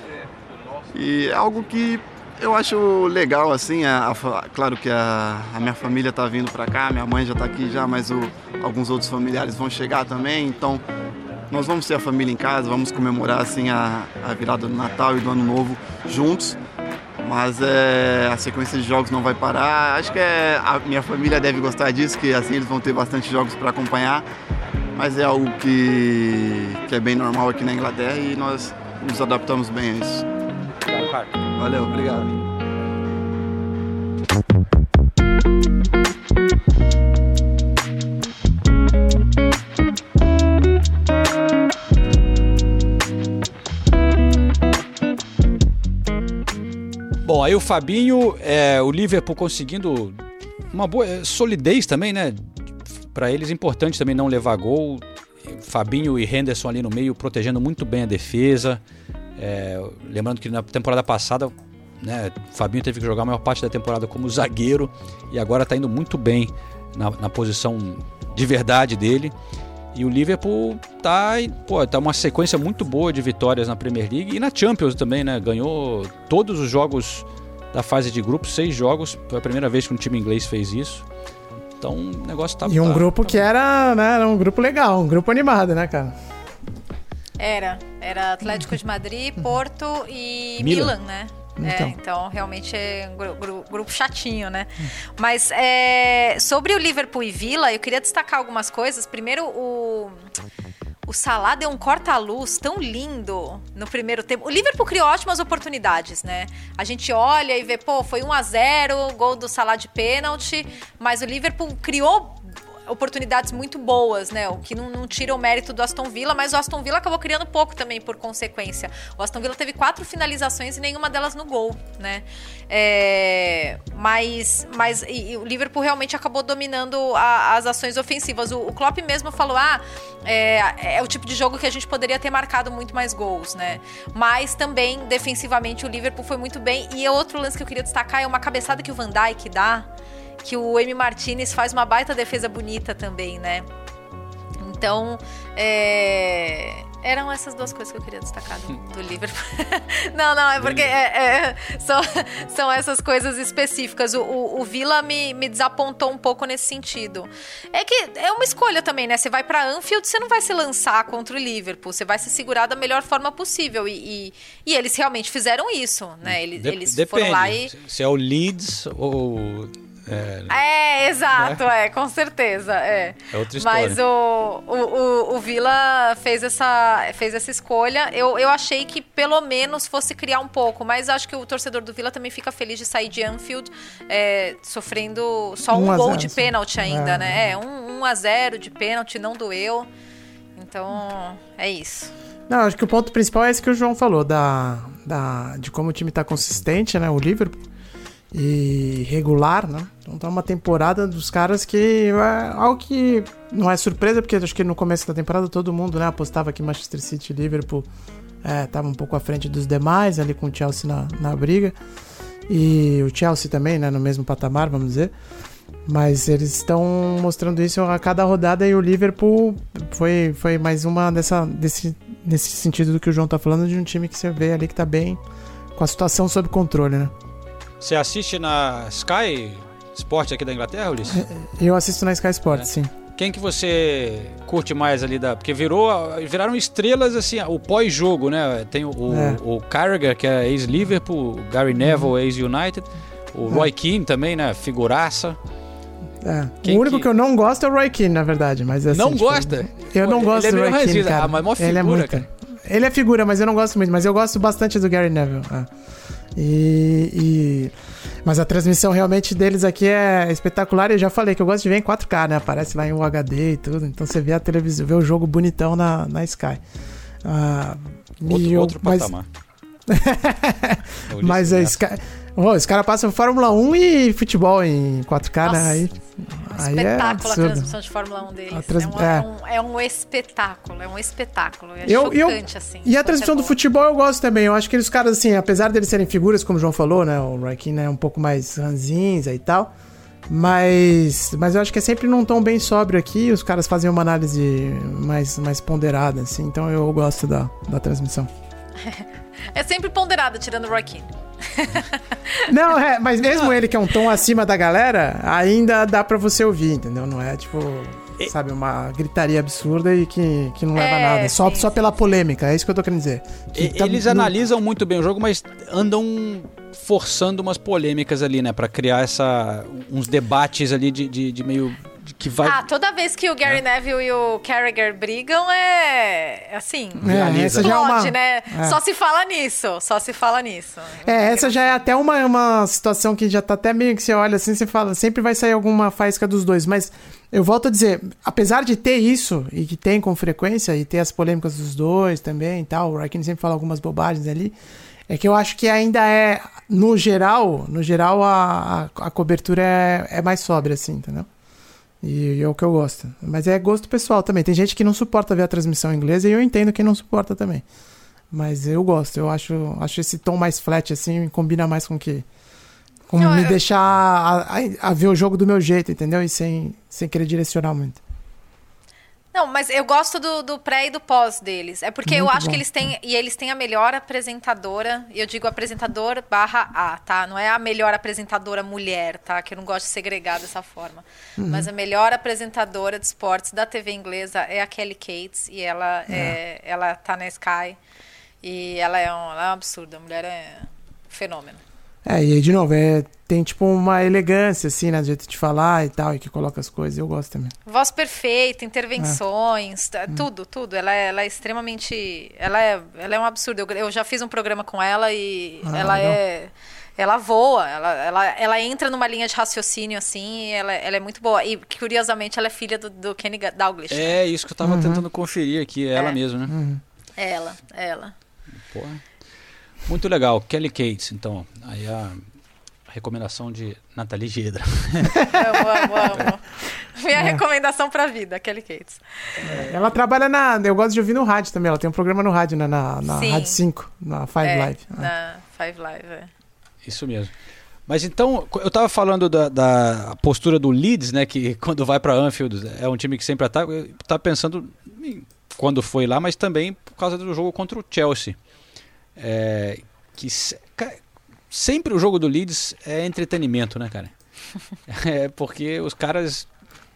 E é algo que eu acho legal, assim, claro que a minha família está vindo para cá, minha mãe já está aqui já, mas alguns outros familiares vão chegar também, então nós vamos ter a família em casa, vamos comemorar, assim, a virada do Natal e do Ano Novo juntos. Mas a sequência de jogos não vai parar. Acho que a minha família deve gostar disso, que assim eles vão ter bastante jogos para acompanhar. Mas é algo que é bem normal aqui na Inglaterra e nós nos adaptamos bem a isso. Obrigado, cara. Valeu, obrigado. Bom, aí o Fabinho, o Liverpool conseguindo uma boa solidez também, né? Para eles é importante também não levar gol. Fabinho e Henderson ali no meio protegendo muito bem a defesa. Lembrando que na temporada passada, né, Fabinho teve que jogar a maior parte da temporada como zagueiro e agora está indo muito bem na posição de verdade dele. E o Liverpool tá uma sequência muito boa de vitórias na Premier League e na Champions também, né? Ganhou todos os jogos da fase de grupos, 6 jogos. Foi a primeira vez que um time inglês fez isso. Então o negócio tá... E um grupo que era, né, um grupo legal, um grupo animado, né, cara? Era Atlético de Madrid, Porto e Milan, né? Então Realmente é um grupo chatinho, né? Mas sobre o Liverpool e Villa, eu queria destacar algumas coisas. Primeiro, o o Salah deu um corta-luz tão lindo no primeiro tempo. O Liverpool criou ótimas oportunidades, né? A gente olha e vê, foi 1-0, gol do Salah de pênalti, mas o Liverpool criou oportunidades muito boas, né? O que não tira o mérito do Aston Villa, mas o Aston Villa acabou criando pouco também por consequência. O Aston Villa teve 4 finalizações e nenhuma delas no gol, né? Mas o Liverpool realmente acabou dominando as ações ofensivas. O Klopp mesmo falou, é o tipo de jogo que a gente poderia ter marcado muito mais gols, né? Mas também, defensivamente, o Liverpool foi muito bem. E outro lance que eu queria destacar é uma cabeçada que o Van Dijk dá, que o Emi Martinez faz uma baita defesa bonita também, né? Então, eram essas 2 coisas que eu queria destacar do Liverpool. Não, é porque são essas coisas específicas. O Villa me desapontou um pouco nesse sentido. É que é uma escolha também, né? Você vai pra Anfield, você não vai se lançar contra o Liverpool, você vai se segurar da melhor forma possível. E eles realmente fizeram isso, né? Eles foram lá e... Se é o Leeds ou... exato, com certeza. É outra história. Mas o Villa fez essa escolha. Eu achei que pelo menos fosse criar um pouco, mas acho que o torcedor do Villa também fica feliz de sair de Anfield sofrendo só um gol de pênalti ainda, né? 1-0 de pênalti, não doeu. Então, é isso. Não, acho que o ponto principal é esse que o João falou, de como o time tá consistente, né? O Liverpool. E regular, né? Então tá uma temporada dos caras que algo que não é surpresa, porque acho que no começo da temporada todo mundo, né, apostava que Manchester City e Liverpool tava um pouco à frente dos demais, ali com o Chelsea na briga, e o Chelsea também, né, no mesmo patamar, vamos dizer, mas eles estão mostrando isso a cada rodada, e o Liverpool foi mais uma nesse sentido do que o João tá falando, de um time que você vê ali que tá bem com a situação sob controle, né? Você assiste na Sky Sport aqui da Inglaterra, Ulisses? Eu assisto na Sky Sport, sim. Quem que você curte mais ali porque viraram estrelas assim, o pós-jogo, né? Tem o Carragher, que é ex-Liverpool, o Gary Neville, ex-United, o Roy Keane também, né? Figuraça. O único que eu não gosto é o Roy Keane, na verdade. Mas, assim, não gosta? Eu não gosto do Roy Keane, cara. Mas é uma figura, cara. Ele é figura, mas eu não gosto muito. Mas eu gosto bastante do Gary Neville. Mas a transmissão realmente deles aqui é espetacular. E eu já falei que eu gosto de ver em 4K, né? Aparece lá em UHD e tudo. Então você vê a televisão, vê o jogo bonitão na Sky. Outro patamar. Mas a Sky... os caras passam Fórmula 1 e futebol em 4K, nossa, né? Aí espetáculo a transmissão de Fórmula 1 deles. É um espetáculo, É chocante, assim. E a transmissão do futebol eu gosto também. Eu acho que os caras, assim, apesar deles serem figuras, como o João falou, né? O Roy Keane é um pouco mais ranzinza e tal. Mas eu acho que é sempre num tom bem sóbrio aqui. Os caras fazem uma análise mais ponderada, assim. Então eu gosto da transmissão. É sempre ponderada, tirando o Roy Keane. Não, mas mesmo ele que é um tom acima da galera, ainda dá pra você ouvir, entendeu? Não é tipo, sabe, uma gritaria absurda e que não leva a nada. Só pela polêmica, é isso que eu tô querendo dizer. Eles analisam muito bem o jogo, mas andam forçando umas polêmicas ali, né? Pra criar uns debates ali de meio... Que vai... toda vez que o Gary Neville e o Carragher brigam assim, essa já explode, né? Só se fala nisso. Essa já é até uma situação que já tá até meio que você olha assim, você fala, sempre vai sair alguma faísca dos dois, mas eu volto a dizer, apesar de ter isso, e que tem com frequência, e ter as polêmicas dos dois também e tal, o Raikkonen sempre fala algumas bobagens ali, é que eu acho que ainda no geral a cobertura é mais sóbria, assim, entendeu? E é o que eu gosto. Mas é gosto pessoal também. Tem gente que não suporta ver a transmissão inglesa e eu entendo quem não suporta também. Mas eu gosto. Eu acho esse tom mais flat, assim, combina mais com me deixar a ver o jogo do meu jeito, entendeu? E sem querer direcionar muito. Não, mas eu gosto do pré e do pós deles. É porque muito eu acho que eles têm a melhor apresentadora, e eu digo apresentador/A, tá? Não é a melhor apresentadora mulher, tá? Que eu não gosto de segregar dessa forma. Mas a melhor apresentadora de esportes da TV inglesa é a Kelly Cates, e ela tá na Sky, e ela é um absurdo, a mulher é um fenômeno. E aí, de novo, tem tipo uma elegância, assim, né? Do jeito de falar e tal, e que coloca as coisas. Eu gosto também. Voz perfeita, intervenções, tudo. Ela é extremamente... Ela é um absurdo. Eu já fiz um programa com ela e ela voa. Ela entra numa linha de raciocínio, assim, e ela é muito boa. E, curiosamente, ela é filha do Kenny Dalglish. É, isso que eu tava tentando conferir aqui. É ela mesma, né? Ela. Porra. Muito legal. Kelly Cates, então. Aí a recomendação de Nathalie Gedra. Amo. Minha recomendação pra vida, Kelly Cates. Ela trabalha eu gosto de ouvir no rádio também. Ela tem um programa no rádio, né? Na Rádio 5, na Five Live. Na Five Live, Isso mesmo. Mas então, eu tava falando da postura do Leeds, né? Que quando vai pra Anfield é um time que sempre ataca. Eu tava pensando em quando foi lá, mas também por causa do jogo contra o Chelsea. Sempre o jogo do Leeds é entretenimento, né, cara? Porque os caras...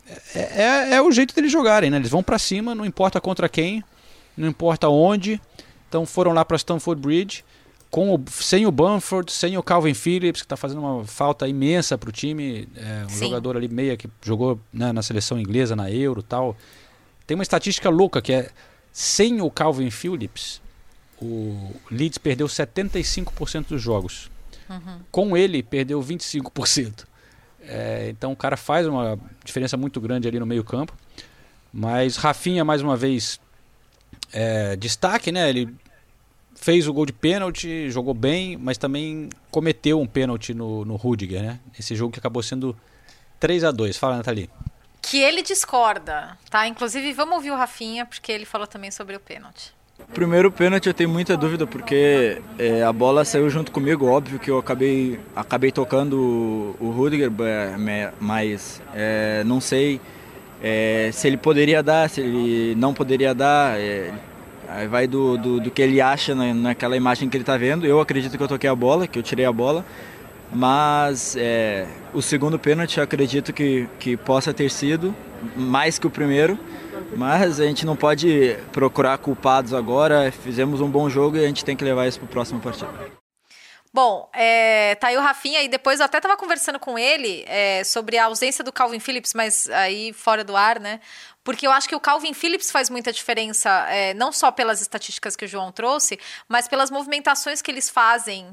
É o jeito deles jogarem, né? Eles vão pra cima, não importa contra quem, não importa onde. Então foram lá pra Stamford Bridge, sem o Bamford, sem o Calvin Phillips, que tá fazendo uma falta imensa pro time. Jogador ali meia que jogou, né, na seleção inglesa, na Euro e tal. Tem uma estatística louca que sem o Calvin Phillips, o Leeds perdeu 75% dos jogos. Com ele, perdeu 25%. Então o cara faz uma diferença muito grande ali no meio campo. Mas Rafinha, mais uma vez, destaque, né? Ele fez o gol de pênalti, jogou bem, mas também cometeu um pênalti no Rudiger, né? Esse jogo que acabou sendo 3-2. Fala, Nathalie. Que ele discorda, tá? Inclusive, vamos ouvir o Rafinha, porque ele falou também sobre o pênalti. Primeiro pênalti eu tenho muita dúvida, porque a bola saiu junto comigo. Óbvio que eu acabei tocando o Rudiger, mas não sei se ele poderia dar, se ele não poderia dar. Aí vai do que ele acha naquela imagem que ele está vendo. Eu acredito que eu toquei a bola, que eu tirei a bola, mas o segundo pênalti eu acredito que possa ter sido mais que o primeiro. Mas a gente não pode procurar culpados agora. Fizemos um bom jogo e a gente tem que levar isso para o próximo partido. Bom, tá aí o Rafinha, e depois eu até estava conversando com ele sobre a ausência do Calvin Phillips, mas aí fora do ar, né? Porque eu acho que o Calvin Phillips faz muita diferença, não só pelas estatísticas que o João trouxe, mas pelas movimentações que eles fazem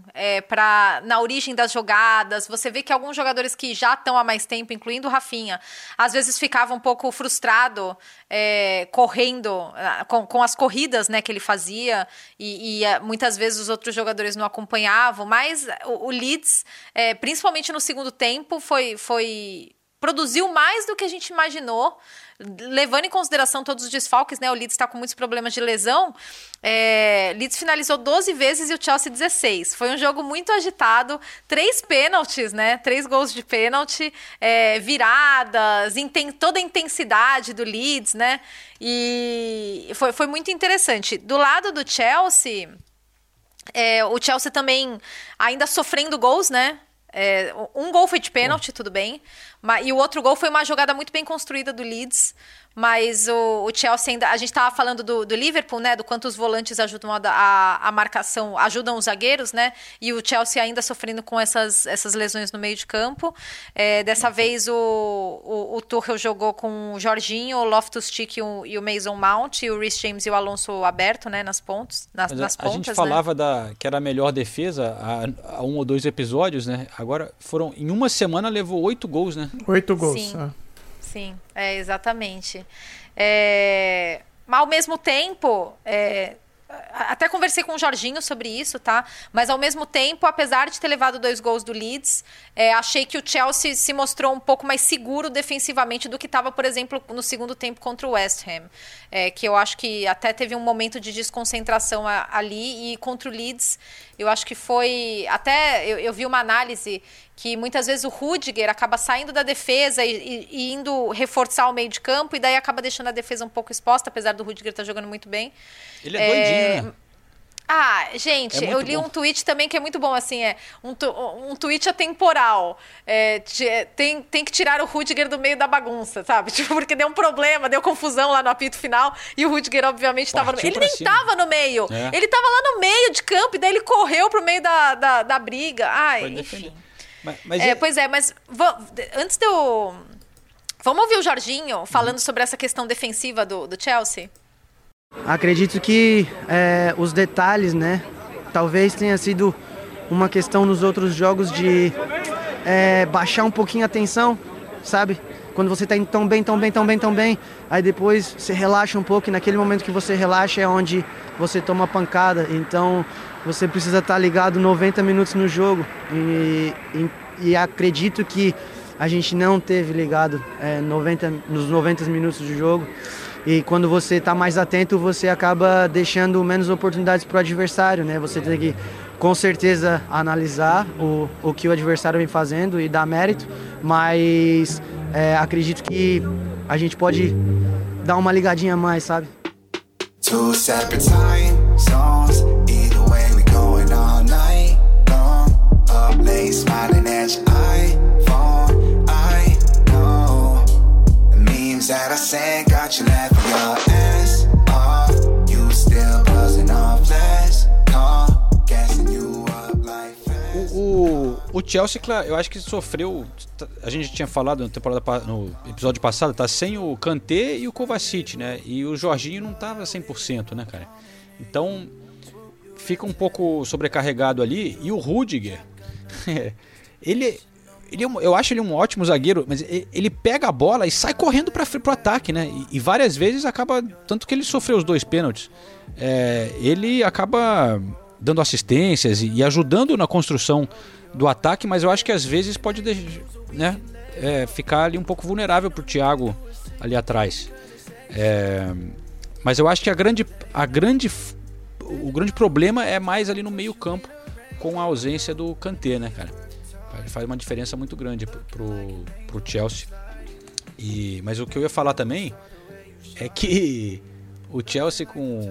na origem das jogadas. Você vê que alguns jogadores que já estão há mais tempo, incluindo o Rafinha, às vezes ficava um pouco frustrado correndo, com as corridas, né, que ele fazia, e muitas vezes os outros jogadores não acompanhavam, mas o Leeds, principalmente no segundo tempo, produziu mais do que a gente imaginou, levando em consideração todos os desfalques, né? O Leeds está com muitos problemas de lesão. Leeds finalizou 12 vezes e o Chelsea 16. Foi um jogo muito agitado, 3 pênaltis, né? 3 gols de pênalti, viradas, toda a intensidade do Leeds, né? E foi muito interessante. Do lado do Chelsea, o Chelsea também ainda sofrendo gols, né? Um gol foi de pênalti, tudo bem. E o outro gol foi uma jogada muito bem construída do Leeds. Mas o Chelsea ainda... A gente estava falando do Liverpool, né? Do quanto os volantes ajudam a marcação, ajudam os zagueiros, né? E o Chelsea ainda sofrendo com essas lesões no meio de campo. Dessa vez o Tuchel jogou com o Jorginho, o Loftus-Cheek e o Mason Mount, e o Reece James e o Alonso aberto, né? Nas pontas. A gente falava que era a melhor defesa há 1 ou 2 episódios, né? Agora em uma semana levou 8 gols, né? 8 gols. Sim, exatamente. Mas ao mesmo tempo, até conversei com o Jorginho sobre isso, tá? Mas ao mesmo tempo, apesar de ter levado 2 gols do Leeds, achei que o Chelsea se mostrou um pouco mais seguro defensivamente do que estava, por exemplo, no segundo tempo contra o West Ham. Que eu acho que até teve um momento de desconcentração ali, e contra o Leeds, eu acho que foi... Até eu vi uma análise que muitas vezes o Rudiger acaba saindo da defesa e indo reforçar o meio de campo, e daí acaba deixando a defesa um pouco exposta, apesar do Rudiger estar jogando muito bem. Ele é doidinho, né? Ah, gente, eu li um tweet também que é muito bom, assim, um tweet atemporal. Tem que tirar o Rudiger do meio da bagunça, sabe? Tipo, porque deu um problema, deu confusão lá no apito final e o Rudiger, obviamente, estava no meio. Ele nem estava no meio. Ele estava lá no meio de campo e daí ele correu pro meio da briga. Enfim. Pois é, mas antes de eu... Vamos ouvir o Jorginho falando sobre essa questão defensiva do Chelsea? Acredito que os detalhes, né? Talvez tenha sido uma questão nos outros jogos de baixar um pouquinho a tensão, sabe? Quando você tá indo tão bem, aí depois você relaxa um pouco e naquele momento que você relaxa é onde você toma pancada. Então você precisa estar ligado 90 minutos no jogo e acredito que a gente não teve ligado nos 90 minutos do jogo. E quando você está mais atento, você acaba deixando menos oportunidades para o adversário, né? Você tem que, com certeza, analisar o que o adversário vem fazendo e dar mérito, mas acredito que a gente pode dar uma ligadinha a mais, sabe? Two separate time zones, either way we going all night long, up late smiling at your iPhone, I know the memes that I sent got you left your ass off, you still buzzing off last call, guessing you up like o Chelsea, eu acho que sofreu, a gente tinha falado no episódio passado, tá sem o Kanté e o Kovacic, né? E o Jorginho não tava 100%, né, cara? Então fica um pouco sobrecarregado ali. E o Rudiger, eu acho ele um ótimo zagueiro, mas ele pega a bola e sai correndo pro ataque, né? E várias vezes acaba, tanto que ele sofreu os 2 pênaltis, ele acaba dando assistências e ajudando na construção do ataque, mas eu acho que às vezes pode, né, ficar ali um pouco vulnerável pro Thiago ali atrás. Mas eu acho que o grande problema é mais ali no meio campo, com a ausência do Kanté, né, cara? Faz uma diferença muito grande pro Chelsea. Mas o que eu ia falar também é que o Chelsea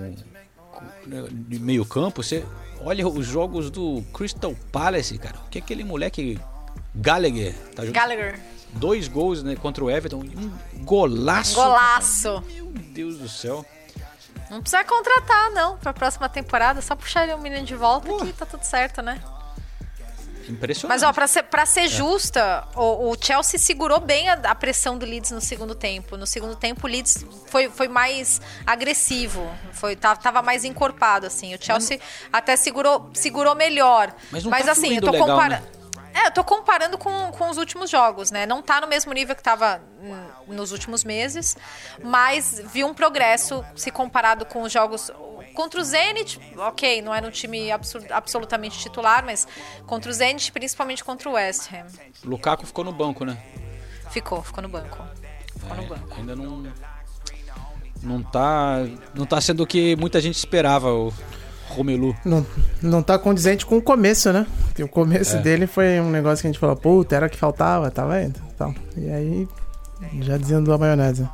de meio campo, você olha os jogos do Crystal Palace, cara. Que aquele moleque Gallagher tá jogando. Gallagher. 2 gols, né, contra o Everton. Um golaço. Meu Deus do céu. Não precisa contratar, não, pra próxima temporada. Só puxar ele um menino de volta que tá tudo certo, né? Impressionante. Mas, ó, pra ser justa, o Chelsea segurou bem a pressão do Leeds no segundo tempo. No segundo tempo, o Leeds foi mais agressivo. Tava mais encorpado, assim. O Chelsea até segurou melhor. Mas assim, eu tô comparando... Eu tô comparando com os últimos jogos, né? Não tá no mesmo nível que tava nos últimos meses, mas vi um progresso se comparado com os jogos... Contra o Zenit, ok, não era um time absolutamente titular, mas contra o Zenit, principalmente contra o West Ham. Lukaku ficou no banco, né? Ficou no banco. Ainda não tá sendo o que muita gente esperava, o Romelu. Não tá condizente com o começo, né? Porque o começo dele foi um negócio que a gente falou, puta, era o que faltava, tava indo. Então, e aí, já dizendo a maionese.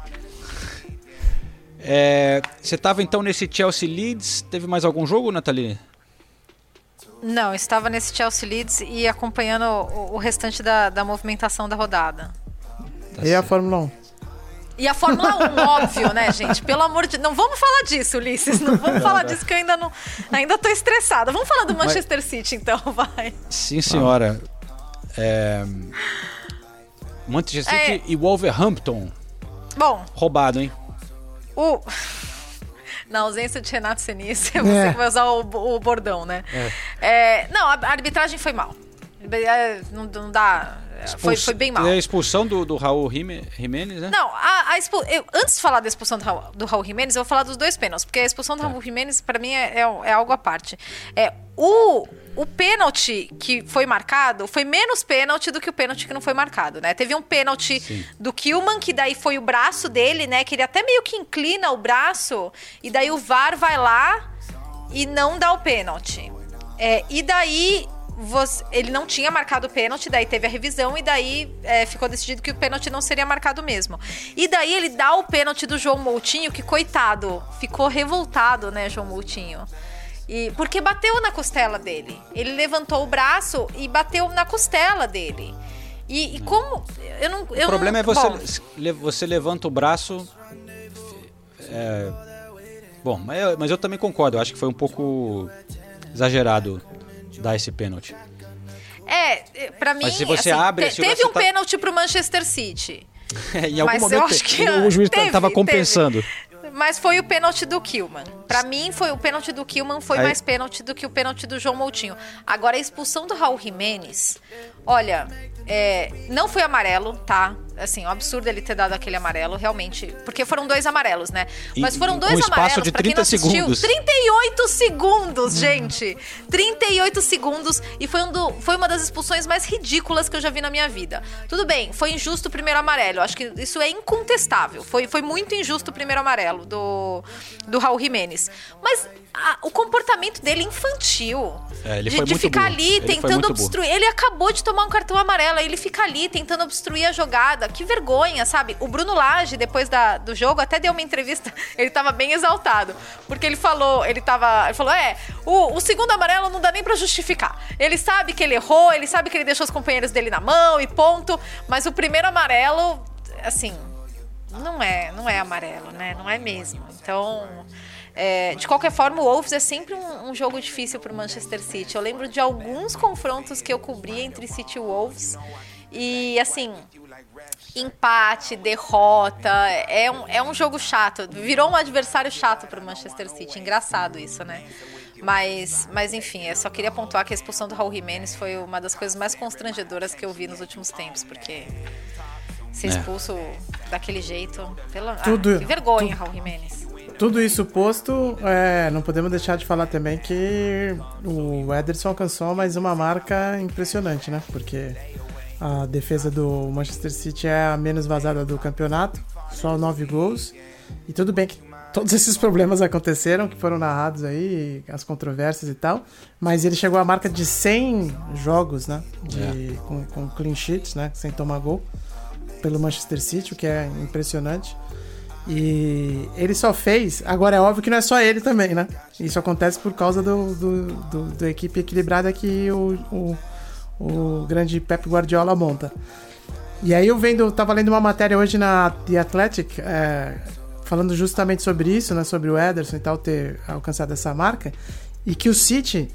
Você estava então nesse Chelsea Leeds. Teve mais algum jogo, Nathalie? Não, estava nesse Chelsea Leeds e acompanhando o restante da movimentação da rodada. E a Fórmula 1? E a Fórmula 1, óbvio, né, gente? Pelo amor de Deus. Não vamos falar disso, Ulisses. Não vamos falar disso que eu ainda tô estressada. Vamos falar do Manchester City, então, vai. Sim, senhora. Manchester City e Wolverhampton. Bom. Roubado, hein? Na ausência de Renato Senise, você vai usar o bordão, né? Não, a arbitragem foi mal. Não dá... Foi bem mal. A expulsão do Raul Jiménez, né? Não, antes de falar da expulsão do Raul Jiménez, eu vou falar dos 2 pênaltis, porque a expulsão do Raul Jiménez, pra mim, é algo à parte. O pênalti que foi marcado foi menos pênalti do que o pênalti que não foi marcado, né? Teve um pênalti do Kilman, que daí foi o braço dele, né? Que ele até meio que inclina o braço, e daí o VAR vai lá e não dá o pênalti. E daí... ele não tinha marcado o pênalti, daí teve a revisão e daí ficou decidido que o pênalti não seria marcado mesmo. E daí ele dá o pênalti do João Moutinho, que coitado, ficou revoltado, né, João Moutinho. Porque bateu na costela dele. Ele levantou o braço e bateu na costela dele. E como... O problema é você levanta o braço... Bom, mas eu também concordo. Eu acho que foi um pouco exagerado dar esse pênalti. Pra mim, mas se você abre, teve um pênalti pro Manchester City. Em algum momento eu acho que o juiz estava compensando. Mas foi o pênalti do Kilman. Pra mim, o pênalti do Kilman foi mais pênalti do que o pênalti do João Moutinho. Agora, a expulsão do Raul Jiménez, olha, não foi amarelo, tá? Assim, um absurdo ele ter dado aquele amarelo, realmente. Porque foram 2 amarelos, né? Mas foram 2 amarelos, de pra quem não assistiu, segundos. 38 segundos, gente! 38 segundos. E foi uma das expulsões mais ridículas que eu já vi na minha vida. Tudo bem, foi injusto o primeiro amarelo. Acho que isso é incontestável. Foi muito injusto o primeiro amarelo do Raul Jiménez. Mas o comportamento dele infantil. Ele foi de muito ficar burro. ali tentando obstruir. Ele acabou de tomar um cartão amarelo, aí ele fica ali tentando obstruir a jogada. Que vergonha, sabe? O Bruno Lage, depois do jogo, até deu uma entrevista, ele tava bem exaltado. Porque ele falou, o segundo amarelo não dá nem pra justificar. Ele sabe que ele errou, ele sabe que ele deixou os companheiros dele na mão e ponto. Mas o primeiro amarelo, assim, não é amarelo, né? Não é mesmo. Então... de qualquer forma, o Wolves é sempre um jogo difícil para o Manchester City. Eu lembro de alguns confrontos que eu cobri entre City e Wolves. E, assim, empate, derrota, é um jogo chato. Virou um adversário chato para o Manchester City. Engraçado isso, né? Mas enfim, eu só queria pontuar que a expulsão do Raul Jiménez foi uma das coisas mais constrangedoras que eu vi nos últimos tempos. Porque ser expulso daquele jeito... que vergonha, Raul Jiménez. Tudo isso posto, não podemos deixar de falar também que o Ederson alcançou mais uma marca impressionante, né? Porque a defesa do Manchester City é a menos vazada do campeonato, só 9 gols. E tudo bem que todos esses problemas aconteceram, que foram narrados aí, as controvérsias e tal, mas ele chegou à marca de 100 jogos, né? Com clean sheets, né? Sem tomar gol, pelo Manchester City, o que é impressionante. E ele só fez... Agora é óbvio que não é só ele também, né? Isso acontece por causa da equipe equilibrada que o grande Pep Guardiola monta. E aí eu tava lendo uma matéria hoje na The Athletic, falando justamente sobre isso, né? Sobre o Ederson e tal ter alcançado essa marca. E que o City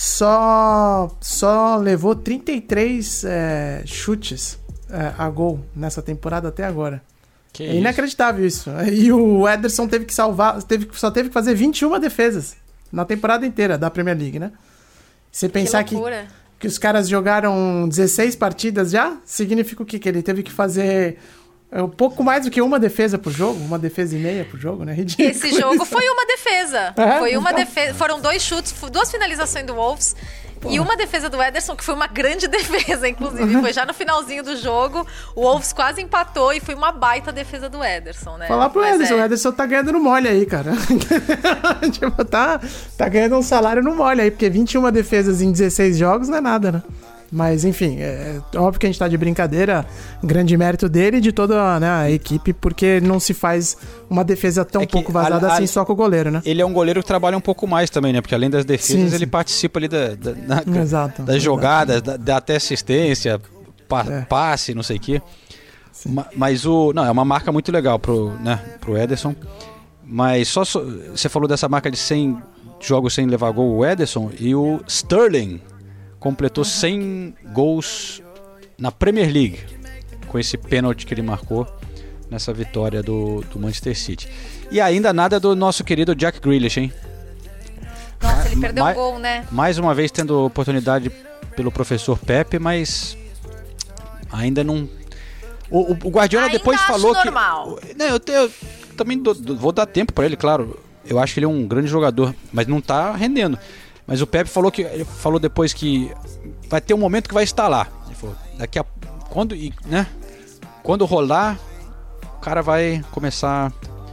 só levou 33 chutes a gol nessa temporada até agora. É inacreditável isso. E o Ederson teve que só teve que fazer 21 defesas na temporada inteira da Premier League, né? Você pensar que os caras jogaram 16 partidas já, significa o quê? Que ele teve que fazer um pouco mais do que uma defesa por jogo, uma defesa e meia por jogo, né? Ridículo. Esse jogo foi uma defesa. Foi uma defesa. Foram 2 chutes, 2 finalizações do Wolves. Porra. E uma defesa do Ederson, que foi uma grande defesa, inclusive. Foi já no finalzinho do jogo. O Wolves quase empatou e foi uma baita defesa do Ederson, né? Falar pro Ederson, o Ederson tá ganhando no mole aí, cara. Tipo, tá ganhando um salário no mole aí, porque 21 defesas em 16 jogos não é nada, né? Mas, enfim, é óbvio que a gente tá de brincadeira. Grande mérito dele e de toda, né, a equipe, porque não se faz uma defesa tão pouco vazada assim só com o goleiro, né? Ele é um goleiro que trabalha um pouco mais também, né? Porque além das defesas, ele participa ali das jogadas, dá até assistência, passe, não sei o quê. Mas é uma marca muito legal pro Ederson. Mas você falou dessa marca de 100 jogos sem levar gol, o Ederson, e o Sterling completou 100 gols na Premier League com esse pênalti que ele marcou nessa vitória do Manchester City. E ainda nada do nosso querido Jack Grealish, hein? Nossa, ele perdeu um gol, né? Mais uma vez tendo oportunidade pelo professor Pepe, mas ainda não... O Guardiola ainda depois falou normal. Que... Não, eu também vou dar tempo para ele, claro. Eu acho que ele é um grande jogador, mas não tá rendendo. Mas o Pepe falou depois que vai ter um momento que vai estar lá. Ele falou, quando rolar, o cara vai começar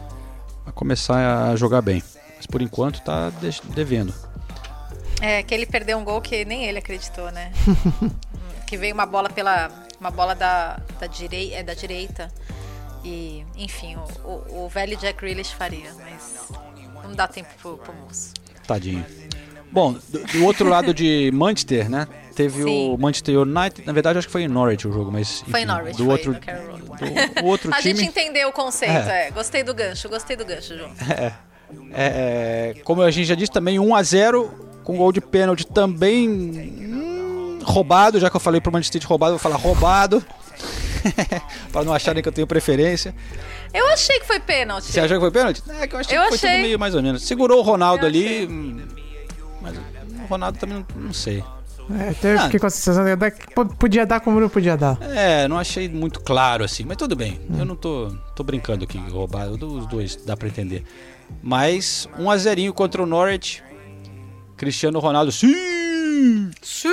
a jogar bem. Mas por enquanto tá devendo. Que ele perdeu um gol que nem ele acreditou, né? Que veio uma bola da direita. E, enfim, o velho Jack Grealish faria, mas não dá tempo pro moço. Tadinho. Bom, do outro lado de Manchester, né? Teve o Manchester United. Na verdade, acho que foi em Norwich o jogo, mas... Enfim, foi em Norwich, do outro a time... gente entendeu o conceito, Gostei do gancho, João. Como a gente já disse, também 1-0, com gol de pênalti também roubado. Já que eu falei pro Manchester City roubado, eu vou falar roubado. Pra não acharem que eu tenho preferência. Eu achei que foi pênalti. Você achou que foi pênalti? É que eu achei que foi tudo meio mais ou menos. Segurou o Ronaldo ali, mas o Ronaldo também não sei. Fiquei com a sensação que podia dar como não podia dar. Não achei muito claro assim, mas tudo bem. Eu não tô brincando aqui, roubar os dois, dá pra entender. Mas 1-0 contra o Norwich. Cristiano Ronaldo, sim!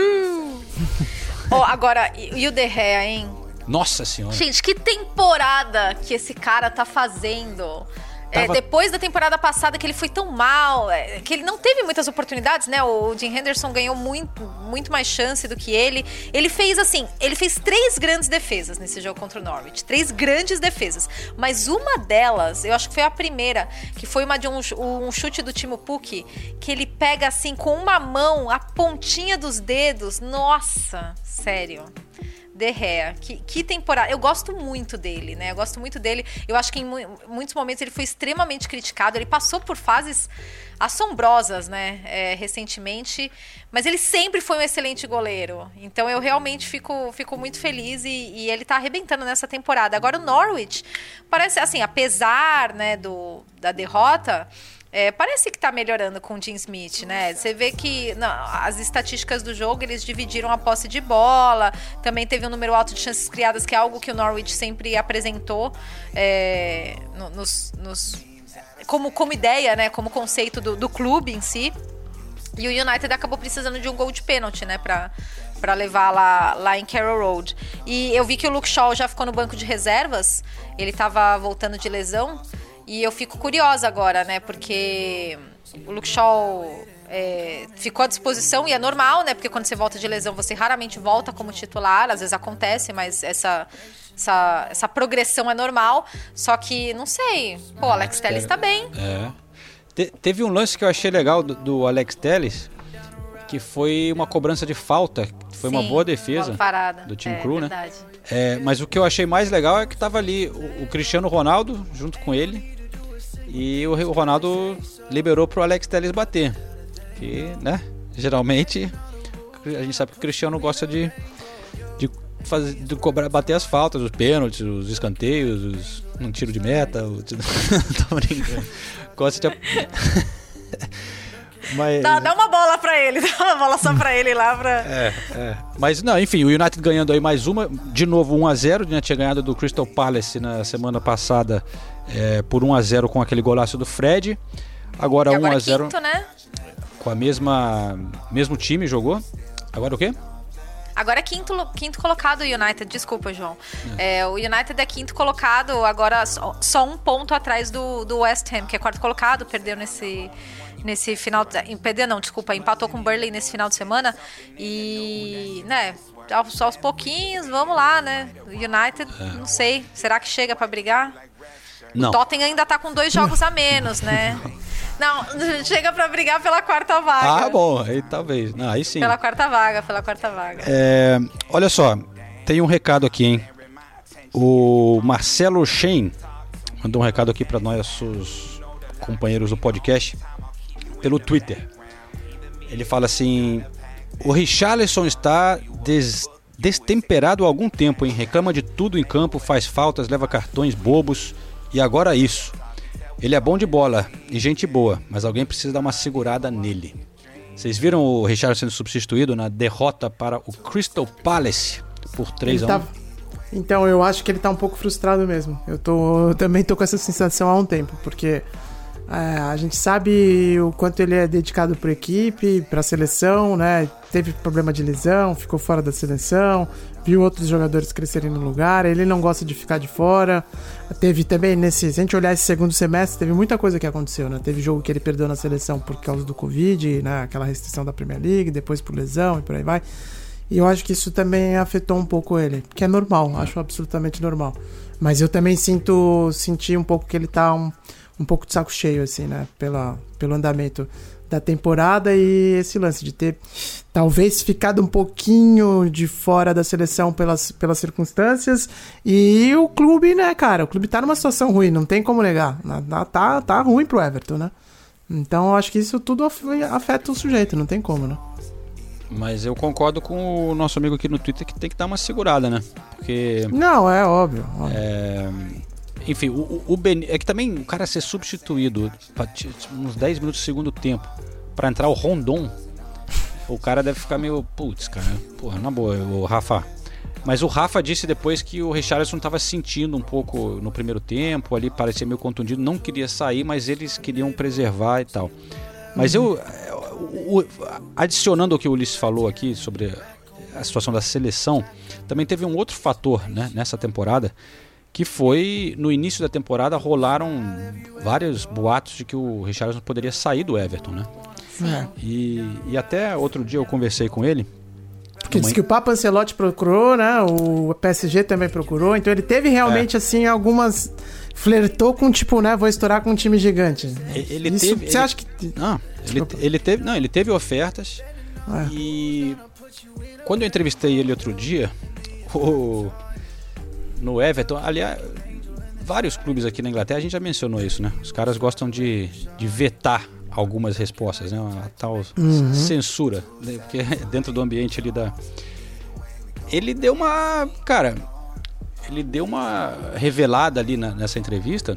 Agora, e o De Gea, hein? Nossa senhora. Gente, que temporada que esse cara tá fazendo. Depois da temporada passada que ele foi tão mal, que ele não teve muitas oportunidades, né? O Dean Henderson ganhou muito mais chance do que ele. Ele fez 3 grandes defesas nesse jogo contra o Norwich. 3 grandes defesas. Mas uma delas, eu acho que foi a primeira, que foi uma de um chute do Timo Pukki, que ele pega assim com uma mão, a pontinha dos dedos. Nossa, sério. De Gea, que temporada. Eu gosto muito dele, né? Eu acho que em muitos momentos ele foi extremamente criticado. Ele passou por fases assombrosas, né? Recentemente. Mas ele sempre foi um excelente goleiro. Então eu realmente fico muito feliz e ele tá arrebentando nessa temporada. Agora o Norwich parece, assim, apesar, né, da derrota... parece que tá melhorando com o Dean Smith, né? Você vê que as estatísticas do jogo, eles dividiram a posse de bola, também teve um número alto de chances criadas, que é algo que o Norwich sempre apresentou como ideia, né? Como conceito do clube em si. E o United acabou precisando de um gol de pênalti, né? Pra levar lá em Carrow Road. E eu vi que o Luke Shaw já ficou no banco de reservas, ele tava voltando de lesão. E eu fico curiosa agora, né? Porque o Luke Shaw ficou à disposição e é normal, né? Porque quando você volta de lesão, você raramente volta como titular. Às vezes acontece, mas essa progressão é normal. Só que, não sei. Pô, o Alex Telles tá bem. Teve um lance que eu achei legal do Alex Telles, que foi uma cobrança de falta. Foi uma boa defesa do Team Crew, né? Mas o que eu achei mais legal é que tava ali o Cristiano Ronaldo junto com ele. E o Ronaldo liberou pro Alex Telles bater. Que, né? Geralmente a gente sabe que o Cristiano gosta de bater as faltas, os pênaltis, os escanteios, um tiro de meta. Tô brincando. Gosta de. Mas... Dá uma bola pra ele, dá uma bola só pra ele lá. Mas não, enfim, o United ganhando aí mais uma, de novo 1-0, né? Tinha ganhado do Crystal Palace na semana passada por 1-0 com aquele golaço do Fred. Agora 1-0 quinto, né? com a mesmo time jogou. Agora o quê? Agora é quinto colocado o United, desculpa, João. O United é quinto colocado, agora só um ponto atrás do West Ham, que é quarto colocado, perdeu nesse final... empatou com o Burnley nesse final de semana. E, né, aos pouquinhos, vamos lá, né? O United, não sei, será que chega pra brigar? Não. O Tottenham ainda tá com 2 jogos a menos, né? Não, chega pra brigar pela 4ª vaga. Ah, bom, aí talvez. Não, aí sim. Pela quarta vaga. Olha só, tem um recado aqui, hein? O Marcelo Shein mandou um recado aqui pra nossos companheiros do podcast pelo Twitter. Ele fala assim: o Richarlison está destemperado há algum tempo, hein? Reclama de tudo em campo, faz faltas, leva cartões bobos e agora isso. Ele é bom de bola e gente boa, mas alguém precisa dar uma segurada nele. Vocês viram o Richarlison sendo substituído na derrota para o Crystal Palace por 3-1? Então, eu acho que ele tá um pouco frustrado mesmo. Eu também tô com essa sensação há um tempo, porque a gente sabe o quanto ele é dedicado para a equipe, para a seleção, né? Teve problema de lesão, ficou fora da seleção, viu outros jogadores crescerem no lugar, ele não gosta de ficar de fora. Teve também se a gente olhar esse segundo semestre, teve muita coisa que aconteceu, né? Teve jogo que ele perdeu na seleção por causa do Covid, né? Aquela restrição da Premier League, depois por lesão e por aí vai. E eu acho que isso também afetou um pouco ele, que é normal, acho absolutamente normal. Mas eu também senti um pouco que ele tá um pouco de saco cheio, assim, né? Pelo andamento da temporada e esse lance de ter talvez ficado um pouquinho de fora da seleção pelas circunstâncias. E o clube, né, cara? O clube tá numa situação ruim, não tem como negar. Tá ruim pro Everton, né? Então eu acho que isso tudo afeta o sujeito, não tem como, né? Mas eu concordo com o nosso amigo aqui no Twitter que tem que dar uma segurada, né? Porque... Não, é óbvio. Enfim, é que também o cara ser substituído uns 10 minutos do segundo tempo pra entrar o Rondon, o cara deve ficar meio... Putz, cara, porra, na boa, o Rafa... Mas o Rafa disse depois que o Richarlison estava sentindo um pouco no primeiro tempo, ali parecia meio contundido, não queria sair, mas eles queriam preservar e tal. Mas adicionando ao que o Ulisses falou aqui sobre a situação da seleção, também teve um outro fator, né, nessa temporada, que foi, no início da temporada, rolaram vários boatos de que o Richarlison poderia sair do Everton, né? E até outro dia eu conversei com ele. Porque disse que o Papo Ancelotti procurou, né? O PSG também procurou. Então ele teve realmente, assim, algumas... Flertou com, tipo, né? Vou estourar com um time gigante. Você acha que... Não, ele teve ofertas. E quando eu entrevistei ele outro dia, no Everton, aliás, vários clubes aqui na Inglaterra, a gente já mencionou isso, né? Os caras gostam de vetar algumas respostas, né? Uma tal censura, né? Porque dentro do ambiente ali ele deu uma... Cara, ele deu uma revelada ali nessa entrevista,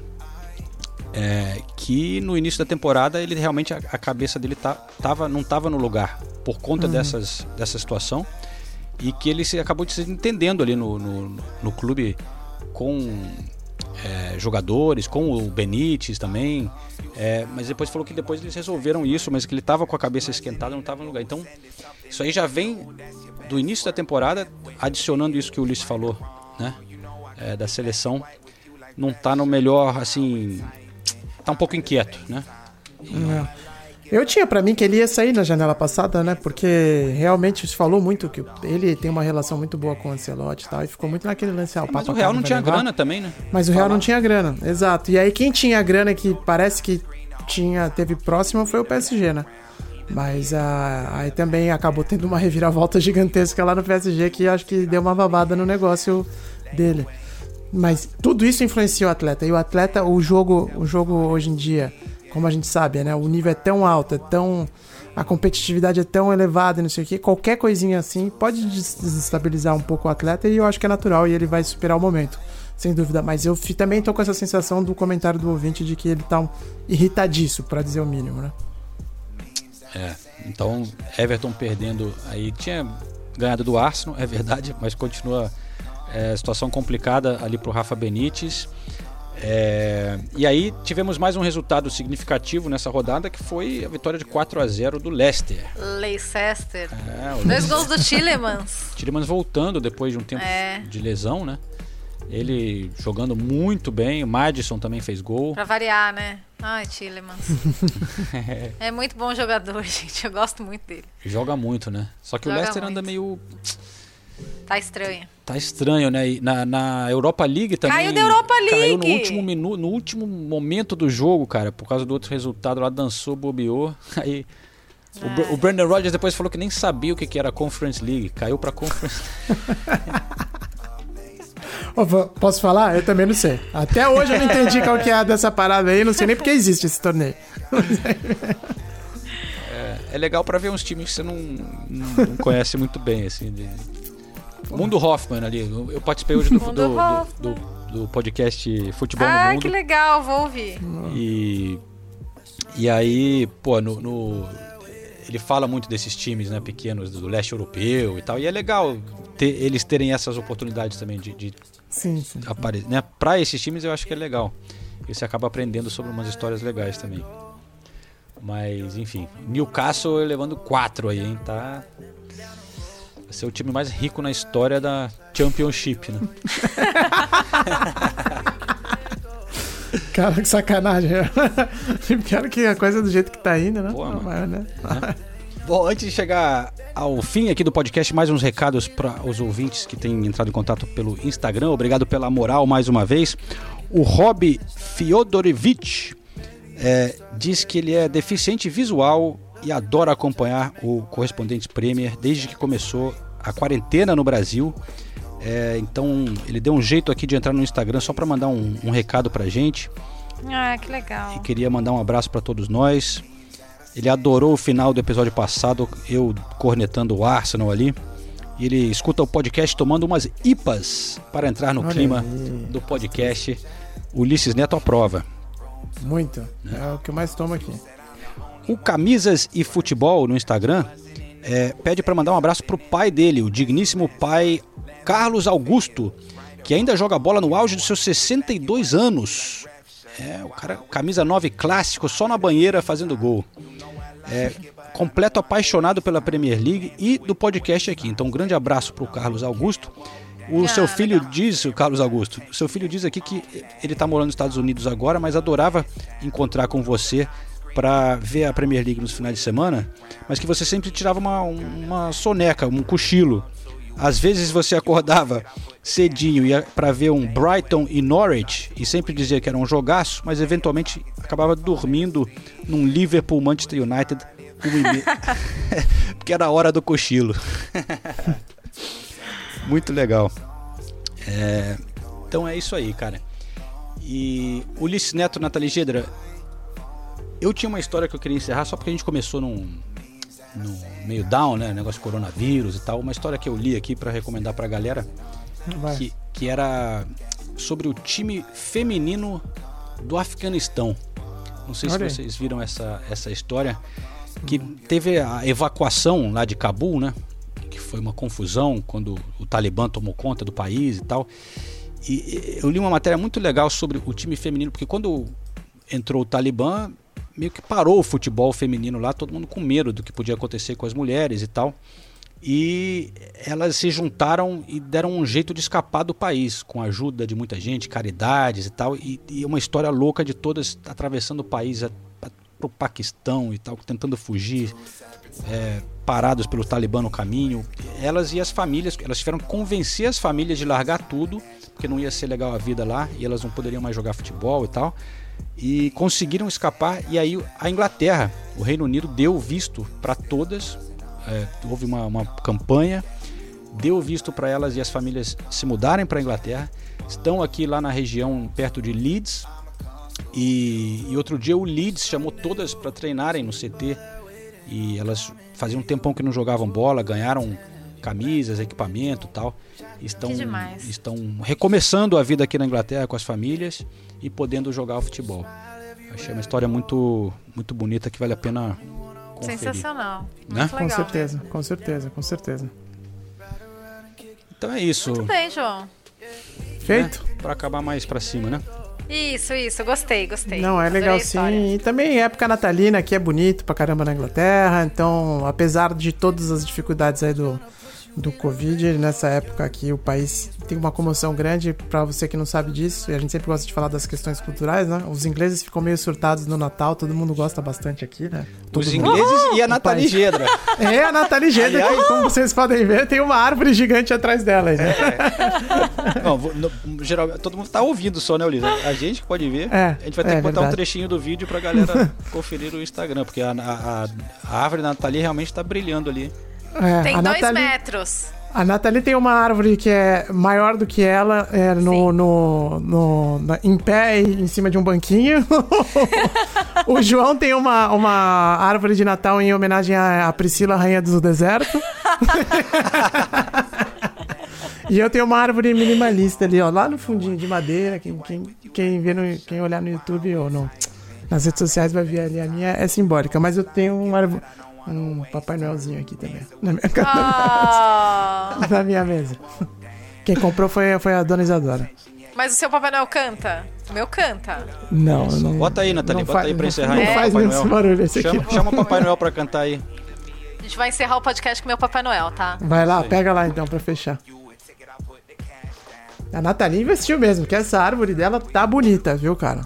que no início da temporada ele realmente, a cabeça dele não estava no lugar por conta dessa situação, e que ele acabou se entendendo ali no clube com jogadores, com o Benítez também, mas depois falou que depois eles resolveram isso, mas que ele estava com a cabeça esquentada, não estava no lugar. Então isso aí já vem do início da temporada, adicionando isso que o Ulisses falou, né? Da seleção, não tá no melhor, assim, tá um pouco inquieto, né? Eu tinha pra mim que ele ia sair na janela passada, né? Porque realmente se falou muito que ele tem uma relação muito boa com o Ancelotti e tal, e ficou muito naquele lance. Mas o Real não tinha grana também, né? Mas o Real não tinha grana, exato. E aí quem tinha grana que parece que teve próximo foi o PSG, né? Mas aí também acabou tendo uma reviravolta gigantesca lá no PSG, que acho que deu uma babada no negócio dele. Mas tudo isso influencia o atleta. E o atleta, o jogo hoje em dia, como a gente sabe, né? O nível é tão alto, a competitividade é tão elevada, não sei o que. Qualquer coisinha assim pode desestabilizar um pouco o atleta, e eu acho que é natural e ele vai superar o momento, sem dúvida. Mas eu também tô com essa sensação do comentário do ouvinte de que ele tá irritadiço, pra dizer o mínimo, né? Então Everton perdendo aí, tinha ganhado do Arsenal, é verdade, mas continua situação complicada ali pro Rafa Benítez. E aí tivemos mais um resultado significativo nessa rodada, que foi a vitória de 4-0 do Leicester. Leicester. 2 gols do Tielemans. Tielemans voltando depois de um tempo de lesão, né? Ele jogando muito bem. O Maddison também fez gol. Pra variar, né? Ai, Tielemans. É muito bom jogador, gente. Eu gosto muito dele. Joga muito, né? Só que o Leicester anda meio... Tá estranho. Tá estranho, né? E na Europa League também... Caiu da Europa League! Caiu no último momento do jogo, cara. Por causa do outro resultado lá, dançou, bobeou. Aí... O Brendan Rodgers depois falou que nem sabia o que era Conference League. Caiu pra Conference... Posso falar? Eu também não sei. Até hoje eu não entendi qual que é dessa parada aí. Não sei nem porque existe esse torneio. É legal pra ver uns times que você não conhece muito bem, assim. Mundo Hoffman ali. Eu participei hoje do podcast Futebol no Mundo. Ah, que legal, vou ouvir. E aí, pô, ele fala muito desses times, né, pequenos do leste europeu e tal. E é legal eles terem essas oportunidades também de aparecer, né? Pra esses times eu acho que é legal. E você acaba aprendendo sobre umas histórias legais também. Mas, enfim, Newcastle levando 4 aí, hein? Tá... Vai ser o time mais rico na história da Championship, né? Cara, que sacanagem. Pior que a coisa do jeito que tá indo, né? Pô, né? Bom, antes de chegar ao fim aqui do podcast, mais uns recados para os ouvintes que têm entrado em contato pelo Instagram. Obrigado pela moral mais uma vez. O Rob Fiodorevich diz que ele é deficiente visual e adora acompanhar o Correspondentes Premier desde que começou a quarentena no Brasil. Então ele deu um jeito aqui de entrar no Instagram só para mandar um recado pra gente. Ah, que legal. E queria mandar um abraço para todos nós. Ele adorou o final do episódio passado, eu cornetando o Arsenal ali. E ele escuta o podcast tomando umas IPAs para entrar no clima do podcast. Ulisses Neto aprova. Muito. É o que eu mais tomo aqui. O Camisas e Futebol no Instagram pede para mandar um abraço pro pai dele, o digníssimo pai Carlos Augusto, que ainda joga bola no auge dos seus 62 anos. O cara, camisa 9 clássico, só na banheira fazendo gol. Completo apaixonado pela Premier League e do podcast aqui. Então um grande abraço pro Carlos Augusto. O seu filho diz, o Carlos Augusto, o seu filho diz aqui que ele está morando nos Estados Unidos agora, mas adorava encontrar com você para ver a Premier League nos finais de semana, mas que você sempre tirava uma soneca, um cochilo. Às vezes você acordava cedinho ia para ver um Brighton e Norwich e sempre dizia que era um jogaço, mas eventualmente acabava dormindo num Liverpool Manchester United porque era a hora do cochilo. Muito legal. Então é isso aí, cara. E Ulisses Neto, Nathalie Gedra, eu tinha uma história que eu queria encerrar só porque a gente começou no meio down, né? Negócio de coronavírus e tal. Uma história que eu li aqui pra recomendar pra galera que era sobre o time feminino do Afeganistão. Não sei se vocês viram essa história, que teve a evacuação lá de Cabul, né? Que foi uma confusão quando o Talibã tomou conta do país e tal. E eu li uma matéria muito legal sobre o time feminino, porque quando entrou o Talibã, meio que parou o futebol feminino lá, todo mundo com medo do que podia acontecer com as mulheres e tal. E elas se juntaram e deram um jeito de escapar do país, com a ajuda de muita gente, caridades e tal. E uma história louca de todas atravessando o país pro Paquistão e tal, tentando fugir, parados pelo Talibã no caminho. Elas e as famílias, elas tiveram que convencer as famílias de largar tudo, porque não ia ser legal a vida lá e elas não poderiam mais jogar futebol e tal. E conseguiram escapar. E aí a Inglaterra, o Reino Unido, deu visto para todas. Houve uma campanha, deu visto para elas e as famílias se mudarem para a Inglaterra. Estão aqui lá na região perto de Leeds. E outro dia o Leeds chamou todas para treinarem no CT. E elas faziam um tempão que não jogavam bola, ganharam camisas, equipamento e tal. Estão recomeçando a vida aqui na Inglaterra com as famílias e podendo jogar o futebol. Achei uma história muito, muito bonita que vale a pena conferir. Sensacional. Né? Muito legal. Com certeza. Então é isso. Muito bem, João. Feito? Para acabar mais para cima, né? Isso, gostei. Não, é legal sim. E também época natalina aqui é bonito pra caramba na Inglaterra. Então, apesar de todas as dificuldades aí do Covid, nessa época aqui o país tem uma comoção grande. Pra você que não sabe disso, e a gente sempre gosta de falar das questões culturais, né? Os ingleses ficam meio surtados no Natal, todo mundo gosta bastante aqui, né? Os ingleses e a Nathalie Gedra. A Nathalie Gedra, que, como vocês podem ver, tem uma árvore gigante atrás dela aí, né? Geral, todo mundo tá ouvindo só, né, Ulisses? A gente que pode ver. A gente vai ter que botar um trechinho do vídeo pra galera conferir o Instagram, porque a árvore da Nathalie realmente tá brilhando ali. Tem 2 metros. A Nathalie tem uma árvore que é maior do que ela, em pé e em cima de um banquinho. O João tem uma árvore de Natal em homenagem à Priscila, Rainha do Deserto. E eu tenho uma árvore minimalista ali, ó, lá no fundinho de madeira. Quem olhar no YouTube ou nas redes sociais vai ver ali. A minha é simbólica, mas eu tenho um Papai Noelzinho aqui também, na minha casa, na minha mesa. Quem comprou foi a dona Isadora. Mas o seu Papai Noel canta? O meu canta. Não. Bota aí, Nathalie, bota aí pra encerrar. Não faz esse barulho esse aqui. Chama o Papai Noel pra cantar aí. A gente vai encerrar o podcast com o meu Papai Noel, tá? Vai lá, pega lá então pra fechar. A Nathalie investiu mesmo, que essa árvore dela tá bonita, viu, cara?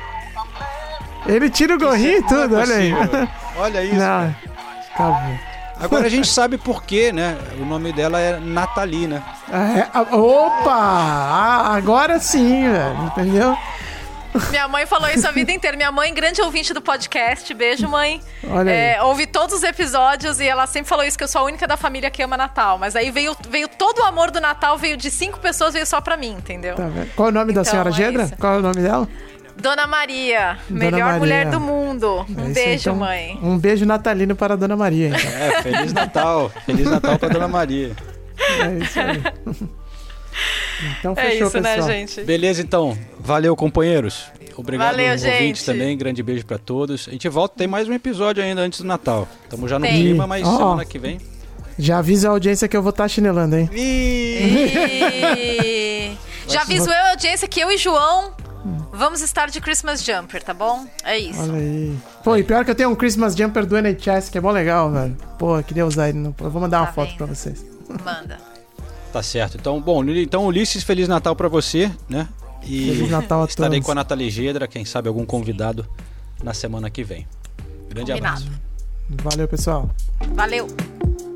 Ele tira o gorrinho e tudo, olha aí. Olha isso. Não, acabou. Agora a gente sabe por quê, né? O nome dela é Nathalie, né? Opa! Agora sim, velho. Entendeu? Minha mãe falou isso a vida inteira. Minha mãe, grande ouvinte do podcast. Beijo, mãe. Olha aí. Ouvi todos os episódios e ela sempre falou isso, que eu sou a única da família que ama Natal. Mas aí veio todo o amor do Natal, veio de 5 pessoas, veio só pra mim, entendeu? Tá vendo? Qual é o nome da senhora Gedra? Isso. Qual é o nome dela? Dona Maria, melhor Maria. mulher do mundo. Um beijo, então, mãe. Um beijo natalino para a Dona Maria. Então. Feliz Natal. Feliz Natal pra Dona Maria. É isso aí. Então fechou, isso, pessoal. né, gente? Beleza, então. Valeu, companheiros. Obrigado, Valeu, ouvintes gente. também. Grande beijo pra todos. A gente volta, tem mais um episódio ainda antes do Natal. Estamos já no Tem. clima, mas semana que vem... Já avisa a audiência que eu vou estar chinelando, hein? Já aviso eu a audiência que eu e João vamos estar de Christmas Jumper, tá bom? É isso. Olha aí. Pô, e pior que eu tenho um Christmas Jumper do NHS, que é bom legal, velho. Pô, eu queria usar ele. Eu vou mandar uma foto pra vocês. Manda. Tá certo. Então, bom, Ulisses, Feliz Natal pra você, né? E Feliz Natal a estarei todos. com a Nathalie Gedra, quem sabe algum convidado na semana que vem. Grande Combinado. abraço. Valeu, pessoal. Valeu.